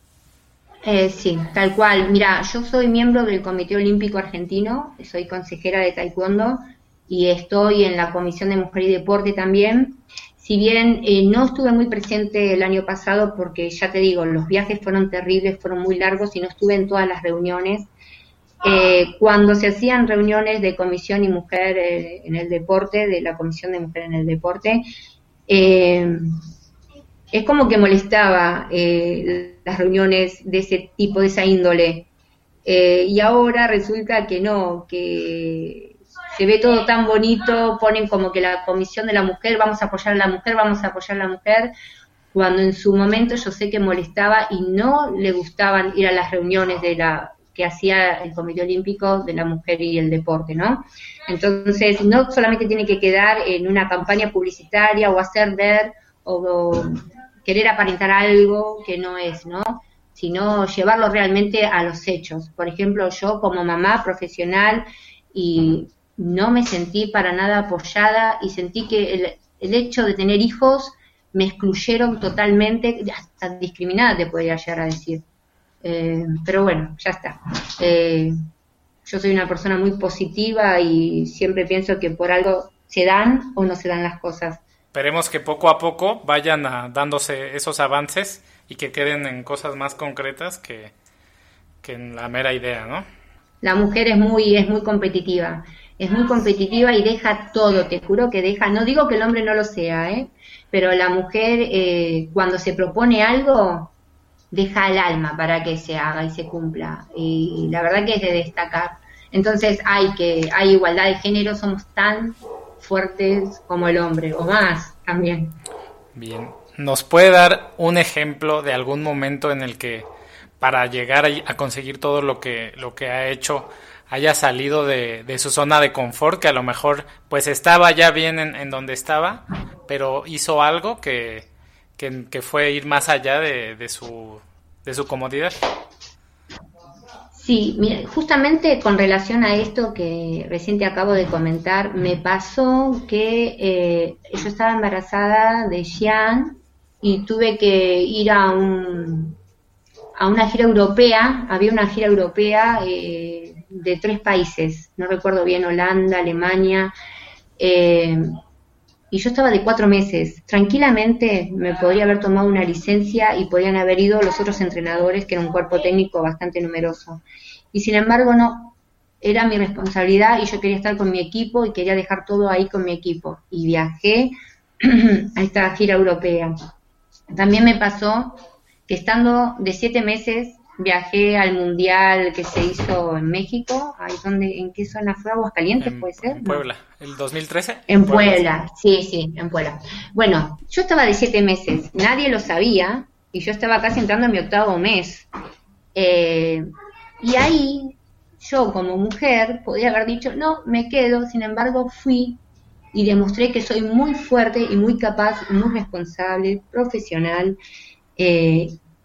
Eh, sí, tal cual. Mira, yo soy miembro del Comité Olímpico Argentino, soy consejera de Taekwondo y estoy en la Comisión de Mujer y Deporte también. Si bien eh, no estuve muy presente el año pasado porque, ya te digo, los viajes fueron terribles, fueron muy largos y no estuve en todas las reuniones. Eh, cuando se hacían reuniones de Comisión y Mujer eh, en el Deporte, de la Comisión de Mujer en el Deporte, eh, es como que molestaba eh, las reuniones de ese tipo, de esa índole. Eh, y ahora resulta que no, que se ve todo tan bonito, ponen como que la comisión de la mujer, vamos a apoyar a la mujer, vamos a apoyar a la mujer, cuando en su momento yo sé que molestaba y no le gustaban ir a las reuniones de la que hacía el Comité Olímpico de la Mujer y el Deporte, ¿no? Entonces, no solamente tiene que quedar en una campaña publicitaria o hacer ver o, o querer aparentar algo que no es, ¿no? Sino llevarlo realmente a los hechos. Por ejemplo, yo como mamá profesional y no me sentí para nada apoyada y sentí que el, el hecho de tener hijos me excluyeron totalmente, hasta discriminada te podría llegar a decir. Eh, pero bueno, ya está. Eh, yo soy una persona muy positiva y siempre pienso que por algo se dan o no se dan las cosas. Esperemos que poco a poco vayan a, dándose esos avances y que queden en cosas más concretas que, que en la mera idea, ¿no? La mujer es muy, es muy competitiva, es muy competitiva y deja todo, te juro que deja, no digo que el hombre no lo sea, ¿eh? Pero la mujer eh, cuando se propone algo, deja el alma para que se haga y se cumpla, y la verdad que es de destacar. Entonces hay que, hay igualdad de género, somos tan fuertes como el hombre, o más también. Bien, ¿nos puede dar un ejemplo de algún momento en el que para llegar a, a conseguir todo lo que, lo que ha hecho haya salido de, de su zona de confort, que a lo mejor pues estaba ya bien en, en donde estaba, pero hizo algo que, que, que fue ir más allá de, de, su, de su comodidad? Sí, mira, justamente con relación a esto que recién te acabo de comentar, me pasó que eh, yo estaba embarazada de Xian y tuve que ir a un a una gira europea, había una gira europea eh, de tres países, no recuerdo bien, Holanda, Alemania, eh, y yo estaba de cuatro meses. Tranquilamente me podría haber tomado una licencia y podían haber ido los otros entrenadores, que era un cuerpo técnico bastante numeroso. Y sin embargo no, era mi responsabilidad y yo quería estar con mi equipo y quería dejar todo ahí con mi equipo. Y viajé a esta gira europea. También me pasó que estando de siete meses viajé al mundial que se hizo en México. Ahí donde, ¿en qué zona fue? ¿Aguascalientes puede ser? En Puebla, no. ¿El dos mil trece? En Puebla, Puebla, sí, sí, en Puebla. Bueno, yo estaba de siete meses, nadie lo sabía y yo estaba casi entrando en mi octavo mes. Eh, y ahí yo como mujer podía haber dicho, no, me quedo, sin embargo fui y demostré que soy muy fuerte y muy capaz, muy responsable, profesional, eh,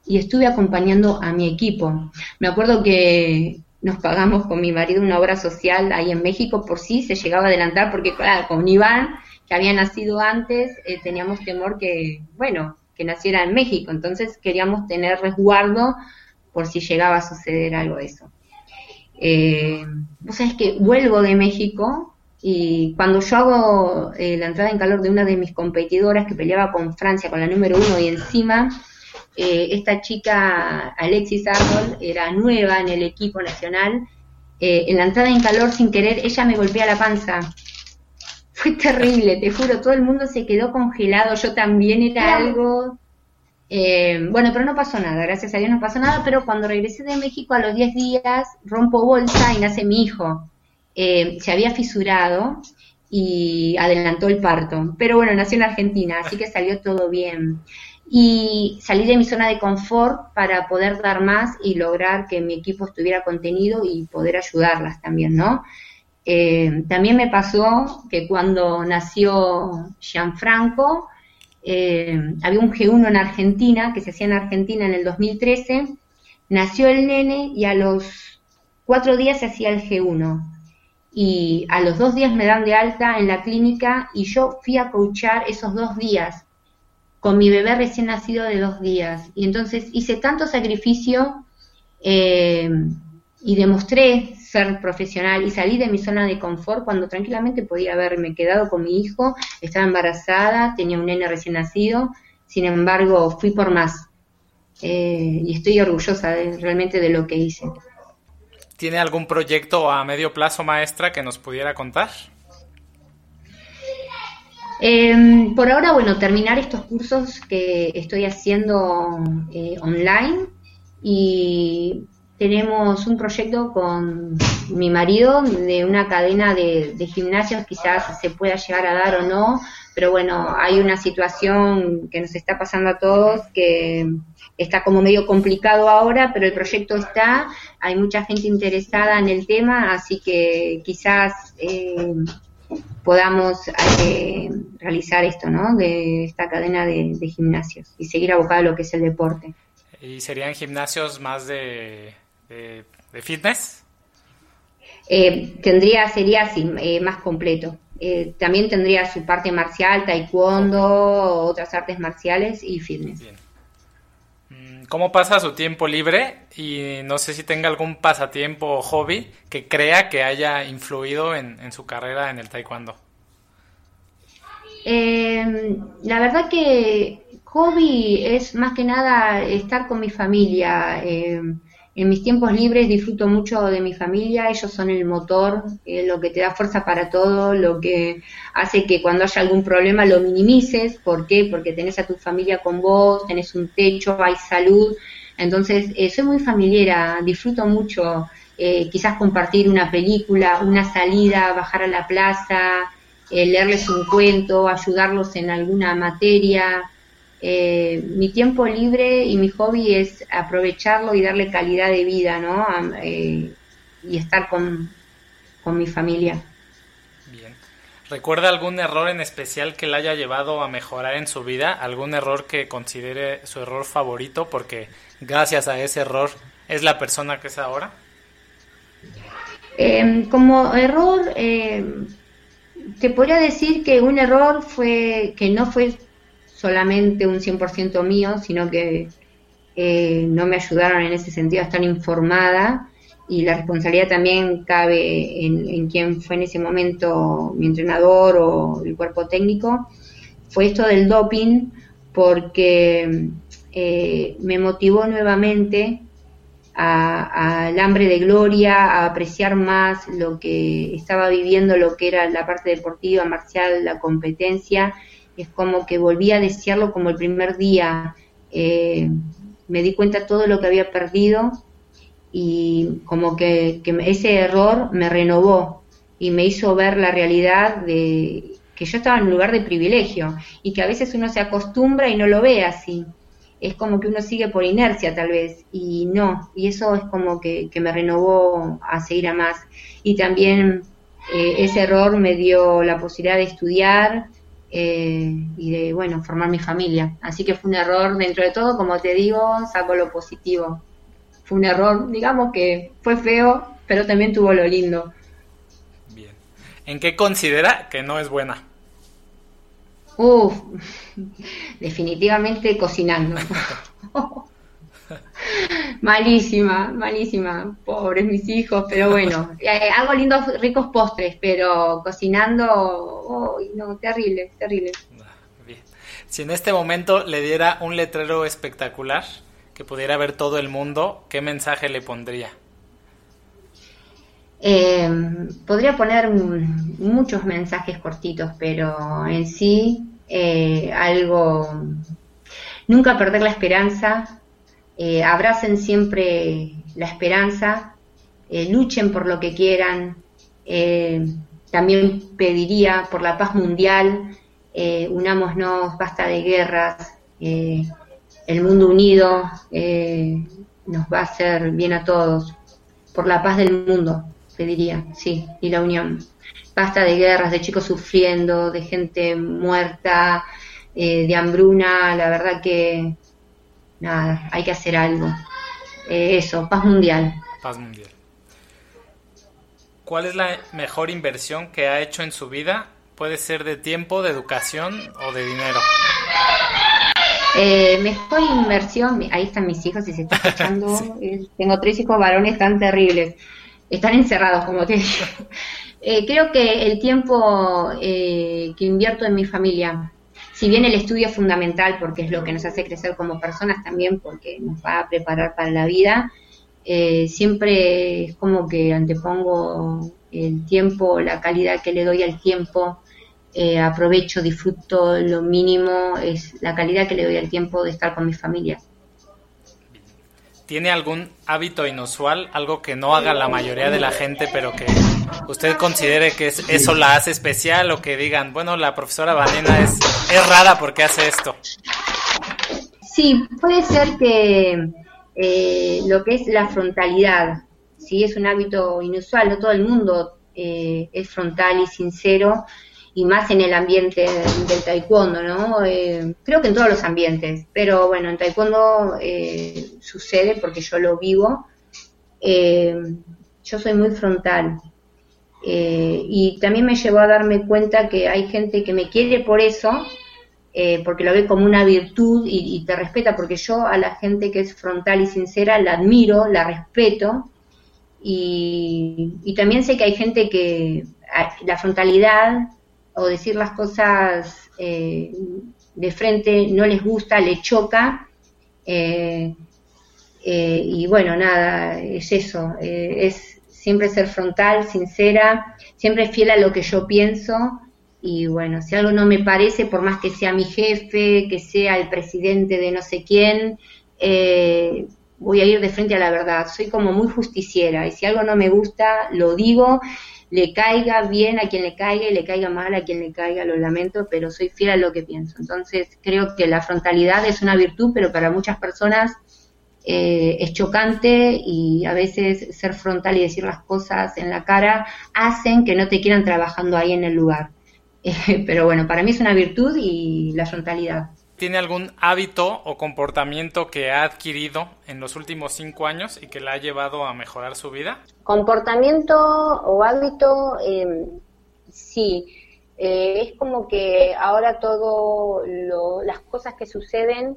y estuve acompañando a mi equipo. Me acuerdo que nos pagamos con mi marido una obra social ahí en México por si se llegaba a adelantar, porque claro, con Iván, que había nacido antes, eh, teníamos temor que, bueno, que naciera en México, entonces queríamos tener resguardo por si llegaba a suceder algo de eso. Eh, vos sabés que vuelvo de México y cuando yo hago eh, la entrada en calor de una de mis competidoras que peleaba con Francia, con la número uno, y encima eh, esta chica Alexis Arnold era nueva en el equipo nacional, eh, en la entrada en calor sin querer ella me golpea la panza. Fue terrible, te juro, todo el mundo se quedó congelado, yo también, era algo... Eh, bueno, pero no pasó nada, gracias a Dios no pasó nada, pero cuando regresé de México a los diez días rompo bolsa y nace mi hijo. Eh, se había fisurado y adelantó el parto, pero bueno, nació en Argentina, así que salió todo bien. Y salí de mi zona de confort para poder dar más y lograr que mi equipo estuviera contenido y poder ayudarlas también, ¿no? Eh, también me pasó que cuando nació Gianfranco, eh, había un G uno en Argentina, que se hacía en Argentina en el dos mil trece, nació el nene y a los cuatro días se hacía el G uno. Y a los dos días me dan de alta en la clínica y yo fui a coachar esos dos días con mi bebé recién nacido de dos días. Y entonces hice tanto sacrificio eh, y demostré ser profesional y salí de mi zona de confort cuando tranquilamente podía haberme quedado con mi hijo, estaba embarazada, tenía un nene recién nacido, sin embargo fui por más eh, y estoy orgullosa de, realmente de lo que hice. ¿Tiene algún proyecto a medio plazo, maestra, que nos pudiera contar? Eh, por ahora, bueno, terminar estos cursos que estoy haciendo eh, online, y tenemos un proyecto con mi marido de una cadena de, de gimnasios, quizás se pueda llegar a dar o no, pero bueno, hay una situación que nos está pasando a todos que está como medio complicado ahora, pero el proyecto está, hay mucha gente interesada en el tema, así que quizás eh, podamos eh, realizar esto, ¿no? De esta cadena de, de gimnasios y seguir abocado a lo que es el deporte. ¿Y serían gimnasios más de, de, de fitness? Eh, tendría, sería así, eh, más completo. Eh, también tendría su parte marcial, taekwondo, otras artes marciales y fitness. Bien. ¿Cómo pasa su tiempo libre? Y no sé si tenga algún pasatiempo o hobby que crea que haya influido en, en su carrera en el taekwondo. Eh, la verdad que hobby es más que nada estar con mi familia. Eh, en mis tiempos libres disfruto mucho de mi familia, ellos son el motor, eh, lo que te da fuerza para todo, lo que hace que cuando haya algún problema lo minimices. ¿Por qué? Porque tenés a tu familia con vos, tenés un techo, hay salud. Entonces, eh, soy muy familiera, disfruto mucho, eh, quizás compartir una película, una salida, bajar a la plaza, eh, leerles un cuento, ayudarlos en alguna materia. Eh, mi tiempo libre y mi hobby es aprovecharlo y darle calidad de vida, ¿no? Eh, y estar con, con mi familia. Bien. ¿Recuerda algún error en especial que le haya llevado a mejorar en su vida? ¿Algún error que considere su error favorito porque gracias a ese error es la persona que es ahora? Eh, como error, eh, te podría decir que un error fue que no fue solamente un cien por ciento mío, sino que eh, no me ayudaron en ese sentido a estar informada, y la responsabilidad también cabe en, en quien fue en ese momento mi entrenador o el cuerpo técnico. Fue esto del doping, porque eh, me motivó nuevamente al hambre de gloria, a apreciar más lo que estaba viviendo, lo que era la parte deportiva, marcial, la competencia. Es como que volví a desearlo como el primer día. Eh, me di cuenta de todo lo que había perdido y como que, que ese error me renovó y me hizo ver la realidad de que yo estaba en un lugar de privilegio y que a veces uno se acostumbra y no lo ve así. Es como que uno sigue por inercia tal vez, y no, y eso es como que, que me renovó a seguir a más. Y también eh, ese error me dio la posibilidad de estudiar, eh, y de, bueno, formar mi familia. Así que fue un error, dentro de todo, como te digo, saco lo positivo. Fue un error, digamos que fue feo, pero también tuvo lo lindo. Bien. ¿En qué considera que no es buena? Uf, definitivamente cocinando. Malísima, malísima, pobres mis hijos, pero bueno, eh, hago lindos, ricos postres, pero cocinando, oh, no, terrible, terrible. Bien. Si en este momento le diera un letrero espectacular que pudiera ver todo el mundo, ¿qué mensaje le pondría? Eh, podría poner muchos mensajes cortitos, pero en sí eh, algo, nunca perder la esperanza, eh, abracen siempre la esperanza, eh, luchen por lo que quieran, eh, también pediría por la paz mundial, eh, unámonos, basta de guerras, eh, el mundo unido eh, nos va a hacer bien a todos, por la paz del mundo. Pediría, sí, y la unión. Basta de guerras, de chicos sufriendo, de gente muerta, eh, de hambruna, la verdad que nada, hay que hacer algo. Eh, eso, paz mundial. Paz mundial. ¿Cuál es la mejor inversión que ha hecho en su vida? Puede ser de tiempo, de educación o de dinero. Eh, mejor inversión, ahí están mis hijos, si se está escuchando, sí. eh, tengo tres hijos varones tan terribles. Están encerrados, como te digo. Eh, creo que el tiempo eh, que invierto en mi familia, si bien el estudio es fundamental porque es lo que nos hace crecer como personas también, porque nos va a preparar para la vida, eh, siempre es como que antepongo el tiempo, la calidad que le doy al tiempo, eh, aprovecho, disfruto lo mínimo, es la calidad que le doy al tiempo de estar con mi familia. ¿Tiene algún hábito inusual, algo que no haga la mayoría de la gente, pero que usted considere que es, eso la hace especial, o que digan, bueno, la profesora Vanina es, es rara porque hace esto? Sí, puede ser que eh, lo que es la frontalidad, sí, es un hábito inusual, no todo el mundo eh, es frontal y sincero, y más en el ambiente del taekwondo, ¿no? Eh, creo que en todos los ambientes, pero bueno, en taekwondo eh, sucede porque yo lo vivo. Eh, yo soy muy frontal eh, y también me llevó a darme cuenta que hay gente que me quiere por eso, eh, porque lo ve como una virtud y, y te respeta, porque yo a la gente que es frontal y sincera la admiro, la respeto, y, y también sé que hay gente que la frontalidad o decir las cosas eh, de frente no les gusta, le choca, eh, eh, y bueno, nada, es eso, eh, es siempre ser frontal, sincera, siempre fiel a lo que yo pienso, y bueno, si algo no me parece, por más que sea mi jefe, que sea el presidente de no sé quién, eh, voy a ir de frente a la verdad, soy como muy justiciera, y si algo no me gusta, lo digo, le caiga bien a quien le caiga y le caiga mal a quien le caiga, lo lamento, pero soy fiel a lo que pienso. Entonces creo que la frontalidad es una virtud, pero para muchas personas eh, es chocante, y a veces ser frontal y decir las cosas en la cara hacen que no te quieran trabajando ahí en el lugar. Eh, pero bueno, para mí es una virtud y la frontalidad. ¿Tiene algún hábito o comportamiento que ha adquirido en los últimos cinco años y que la ha llevado a mejorar su vida? Comportamiento o hábito, eh, sí. Eh, es como que ahora todo lo, las cosas que suceden,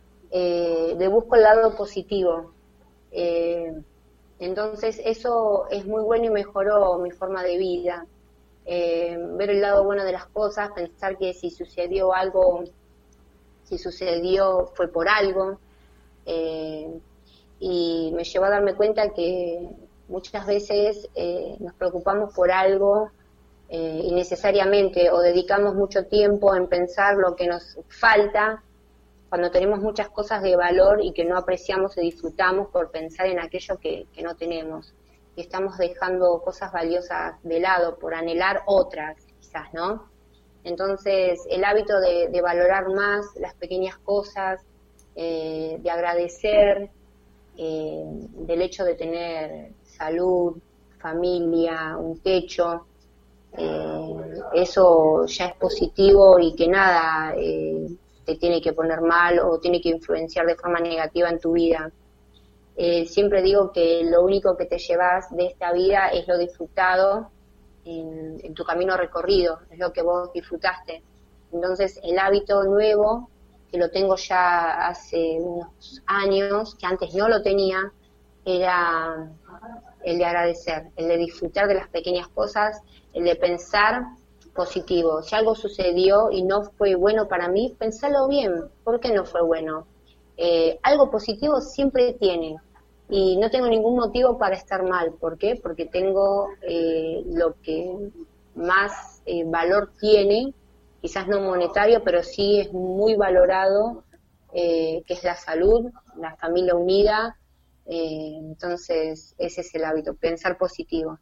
eh, le busco el lado positivo. Eh, entonces eso es muy bueno y mejoró mi forma de vida. Eh, ver el lado bueno de las cosas, pensar que si sucedió algo... si sucedió fue por algo, eh, y me llevó a darme cuenta que muchas veces eh, nos preocupamos por algo eh, innecesariamente, o dedicamos mucho tiempo en pensar lo que nos falta, cuando tenemos muchas cosas de valor y que no apreciamos y disfrutamos por pensar en aquello que, que no tenemos, y estamos dejando cosas valiosas de lado por anhelar otras, quizás, ¿no? Entonces, el hábito de, de valorar más las pequeñas cosas, eh, de agradecer, eh, del hecho de tener salud, familia, un techo, eh, eso ya es positivo y que nada eh, te tiene que poner mal o tiene que influenciar de forma negativa en tu vida. Eh, siempre digo que lo único que te llevas de esta vida es lo disfrutado en, en tu camino recorrido, es lo que vos disfrutaste. Entonces el hábito nuevo, que lo tengo ya hace unos años, que antes no lo tenía, era el de agradecer, el de disfrutar de las pequeñas cosas, el de pensar positivo. Si algo sucedió y no fue bueno para mí, pensalo bien, ¿por qué no fue bueno? Eh, algo positivo siempre tiene, y no tengo ningún motivo para estar mal. ¿Por qué? Porque tengo eh, lo que más eh, valor tiene, quizás no monetario, pero sí es muy valorado, eh, que es la salud, la familia unida. Eh, entonces ese es el hábito, pensar positivo.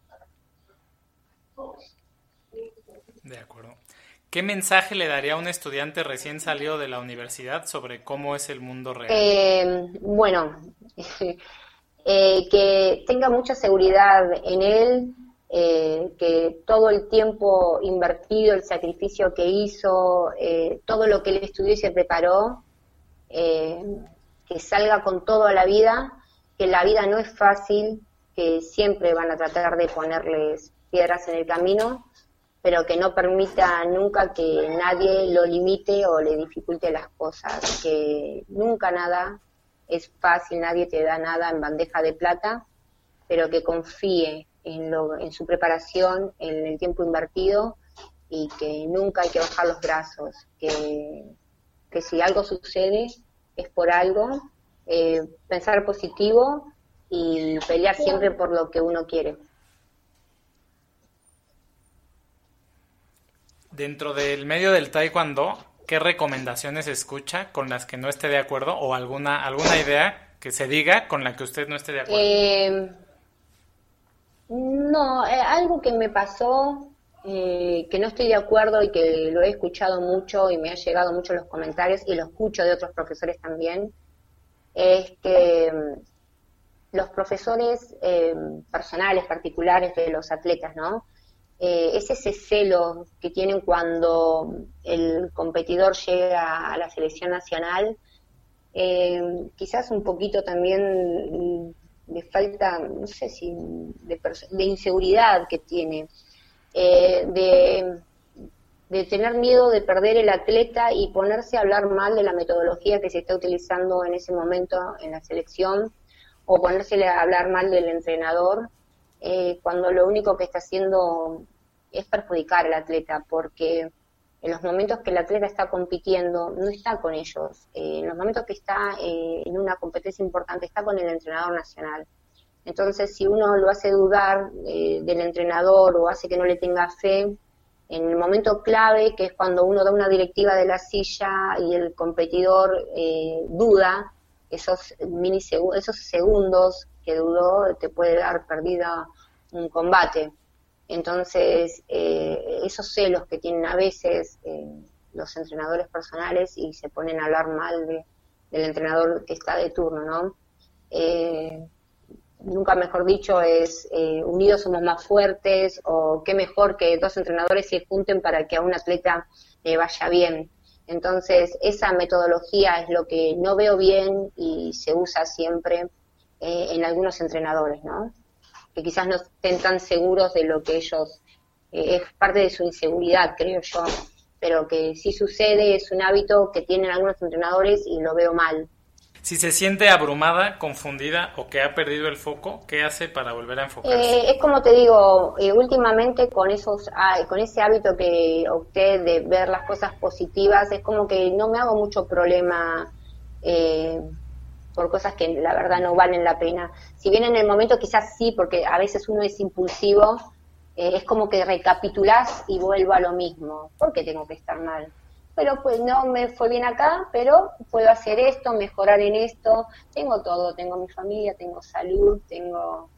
De acuerdo. ¿Qué mensaje le daría a un estudiante recién salido de la universidad sobre cómo es el mundo real? Eh, bueno, eh, que tenga mucha seguridad en él, eh, que todo el tiempo invertido, el sacrificio que hizo, eh, todo lo que él estudió y se preparó, eh, que salga con todo a la vida, que la vida no es fácil, que siempre van a tratar de ponerles piedras en el camino, pero que no permita nunca que nadie lo limite o le dificulte las cosas, que nunca nada es fácil, nadie te da nada en bandeja de plata, pero que confíe en, lo, en su preparación, en el tiempo invertido, y que nunca hay que bajar los brazos, que, que si algo sucede es por algo, eh, pensar positivo y pelear siempre por lo que uno quiere. Dentro del medio del taekwondo, ¿qué recomendaciones escucha con las que no esté de acuerdo, o alguna alguna idea que se diga con la que usted no esté de acuerdo? Eh, no, eh, algo que me pasó, eh, que no estoy de acuerdo y que lo he escuchado mucho y me ha llegado mucho los comentarios y lo escucho de otros profesores también, es que mm, los profesores eh, personales, particulares de los atletas, ¿no? Eh, es ese celo que tienen cuando el competidor llega a la selección nacional, eh, quizás un poquito también de falta, no sé si, de, de inseguridad que tiene, eh, de, de tener miedo de perder el atleta y ponerse a hablar mal de la metodología que se está utilizando en ese momento en la selección, o ponerse a hablar mal del entrenador, Eh, cuando lo único que está haciendo es perjudicar al atleta, porque en los momentos que el atleta está compitiendo, no está con ellos, eh, en los momentos que está eh, en una competencia importante, está con el entrenador nacional. Entonces, si uno lo hace dudar eh, del entrenador o hace que no le tenga fe, en el momento clave, que es cuando uno da una directiva de la silla y el competidor eh, duda, esos minisegu- esos segundos que dudó te puede dar perdida un combate. Entonces, eh, esos celos que tienen a veces eh, los entrenadores personales y se ponen a hablar mal de, del entrenador que está de turno, ¿no? Eh, nunca mejor dicho es eh, unidos somos más fuertes, o qué mejor que dos entrenadores se junten para que a un atleta le vaya bien. Entonces, esa metodología es lo que no veo bien y se usa siempre eh, en algunos entrenadores, ¿no? Que quizás no estén tan seguros de lo que ellos, eh, es parte de su inseguridad, creo yo, pero que sí sucede, es un hábito que tienen algunos entrenadores y lo veo mal. Si se siente abrumada, confundida o que ha perdido el foco, ¿qué hace para volver a enfocarse? Eh, es como te digo, eh, últimamente con esos ah, con ese hábito que opté de ver las cosas positivas, es como que no me hago mucho problema eh, por cosas que la verdad no valen la pena. Si bien en el momento quizás sí, porque a veces uno es impulsivo, eh, es como que recapitulás y vuelvo a lo mismo. ¿Por qué tengo que estar mal? Pero pues no me fue bien acá, pero puedo hacer esto, mejorar en esto, tengo todo, tengo mi familia, tengo salud, tengo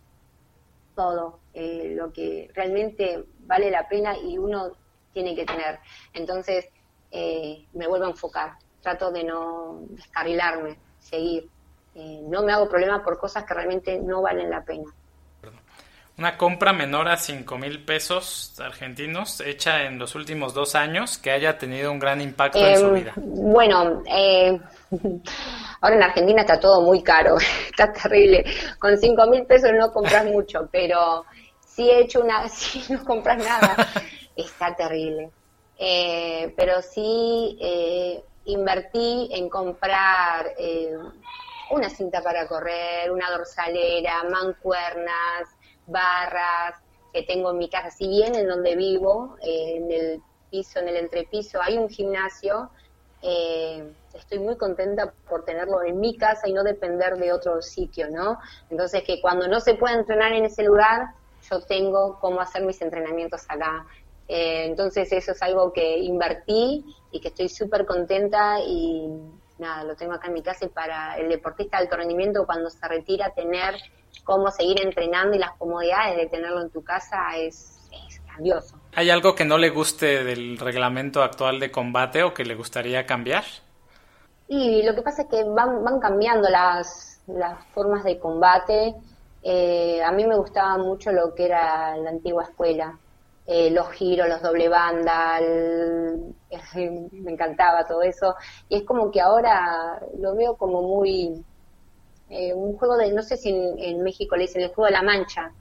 todo, eh, lo que realmente vale la pena y uno tiene que tener. Entonces eh, me vuelvo a enfocar, trato de no descarrilarme, seguir, eh, no me hago problema por cosas que realmente no valen la pena. Una compra menor a cinco mil pesos argentinos hecha en los últimos dos años que haya tenido un gran impacto eh, en su vida. Bueno, eh, ahora en Argentina está todo muy caro, está terrible. Con cinco mil pesos no compras mucho, pero si he hecho una, si no compras nada, está terrible. Eh, pero sí eh, invertí en comprar eh, una cinta para correr, una dorsalera, mancuernas, barras que tengo en mi casa. Si bien en donde vivo, eh, en el piso, en el entrepiso, hay un gimnasio, eh, estoy muy contenta por tenerlo en mi casa y no depender de otro sitio, ¿no? Entonces, que cuando no se pueda entrenar en ese lugar, yo tengo cómo hacer mis entrenamientos acá. Eh, entonces, eso es algo que invertí y que estoy súper contenta y nada, lo tengo acá en mi casa. Y para el deportista de alto rendimiento, cuando se retira, tener cómo seguir entrenando y las comodidades de tenerlo en tu casa es, es grandioso. ¿Hay algo que no le guste del reglamento actual de combate o que le gustaría cambiar? Y lo que pasa es que van, van cambiando las, las formas de combate. Eh, a mí me gustaba mucho lo que era la antigua escuela, eh, los giros, los doble banda, el, el, me encantaba todo eso. Y es como que ahora lo veo como muy... Eh, un juego de, no sé si en, en México le dicen el juego de la mancha.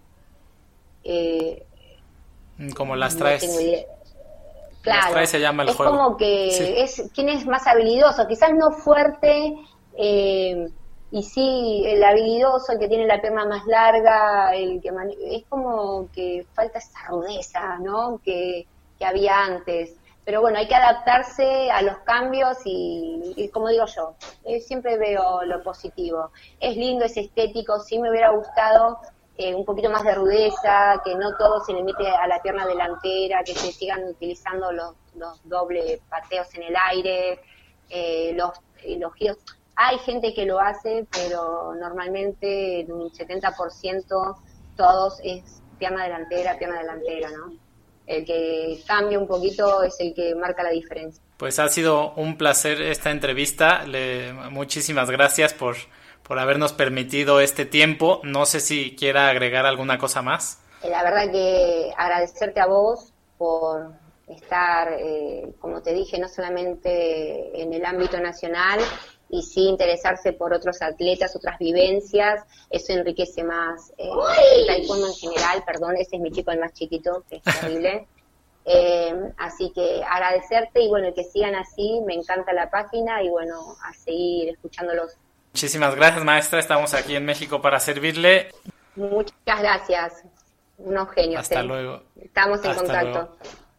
Eh, como las traes. No claro, las traes se llama el es juego. Como que sí. es quién es más habilidoso, quizás no fuerte, eh, y sí el habilidoso, el que tiene la pierna más larga, el que mane- es como que falta esa rudeza, ¿no? Que, que había antes. Pero bueno, hay que adaptarse a los cambios y, y como digo yo, eh, siempre veo lo positivo. Es lindo, es estético, sí me hubiera gustado eh, un poquito más de rudeza, que no todo se limite a la pierna delantera, que se sigan utilizando los, los doble pateos en el aire, eh, los, eh, los giros. Hay gente que lo hace, pero normalmente un setenta por ciento todos es pierna delantera, pierna delantera, ¿no? El que cambia un poquito es el que marca la diferencia. Pues ha sido un placer esta entrevista. Le, muchísimas gracias por, por habernos permitido este tiempo. No sé si quiera agregar alguna cosa más. La verdad que agradecerte a vos por estar, eh, como te dije, no solamente en el ámbito nacional, y sí interesarse por otros atletas, otras vivencias. Eso enriquece más eh, el taekwondo en general. Perdón, ese es mi chico el más chiquito, que es terrible. Eh, así que agradecerte y bueno, que sigan así, me encanta la página y bueno, a seguir escuchándolos. Muchísimas gracias, maestra, estamos aquí en México para servirle. Muchas gracias, unos genios. Hasta eh. luego. Estamos en Hasta contacto. Luego.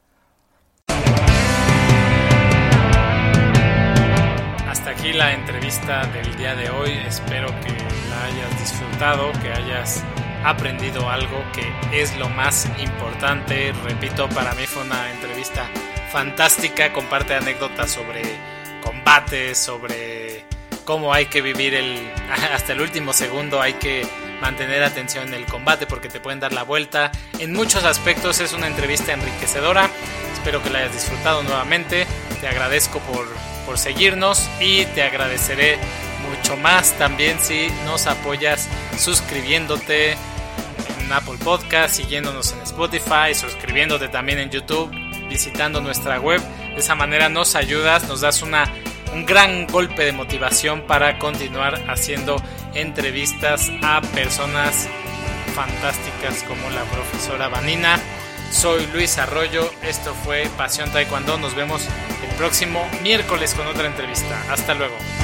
Hasta aquí la entrevista del día de hoy. Espero que la hayas disfrutado, que hayas aprendido algo, que es lo más importante. Repito, para mí fue una entrevista fantástica. Comparte anécdotas sobre combates, sobre cómo hay que vivir el hasta el último segundo, hay que mantener atención en el combate porque te pueden dar la vuelta. En muchos aspectos es una entrevista enriquecedora. Espero que la hayas disfrutado nuevamente. Te agradezco por por seguirnos y te agradeceré mucho más también si nos apoyas suscribiéndote en Apple Podcast, siguiéndonos en Spotify, suscribiéndote también en YouTube, visitando nuestra web. De esa manera nos ayudas, nos das una, un gran golpe de motivación para continuar haciendo entrevistas a personas fantásticas como la profesora Vanina. Soy Luis Arroyo, esto fue Pasión Taekwondo, nos vemos el próximo miércoles con otra entrevista. Hasta luego.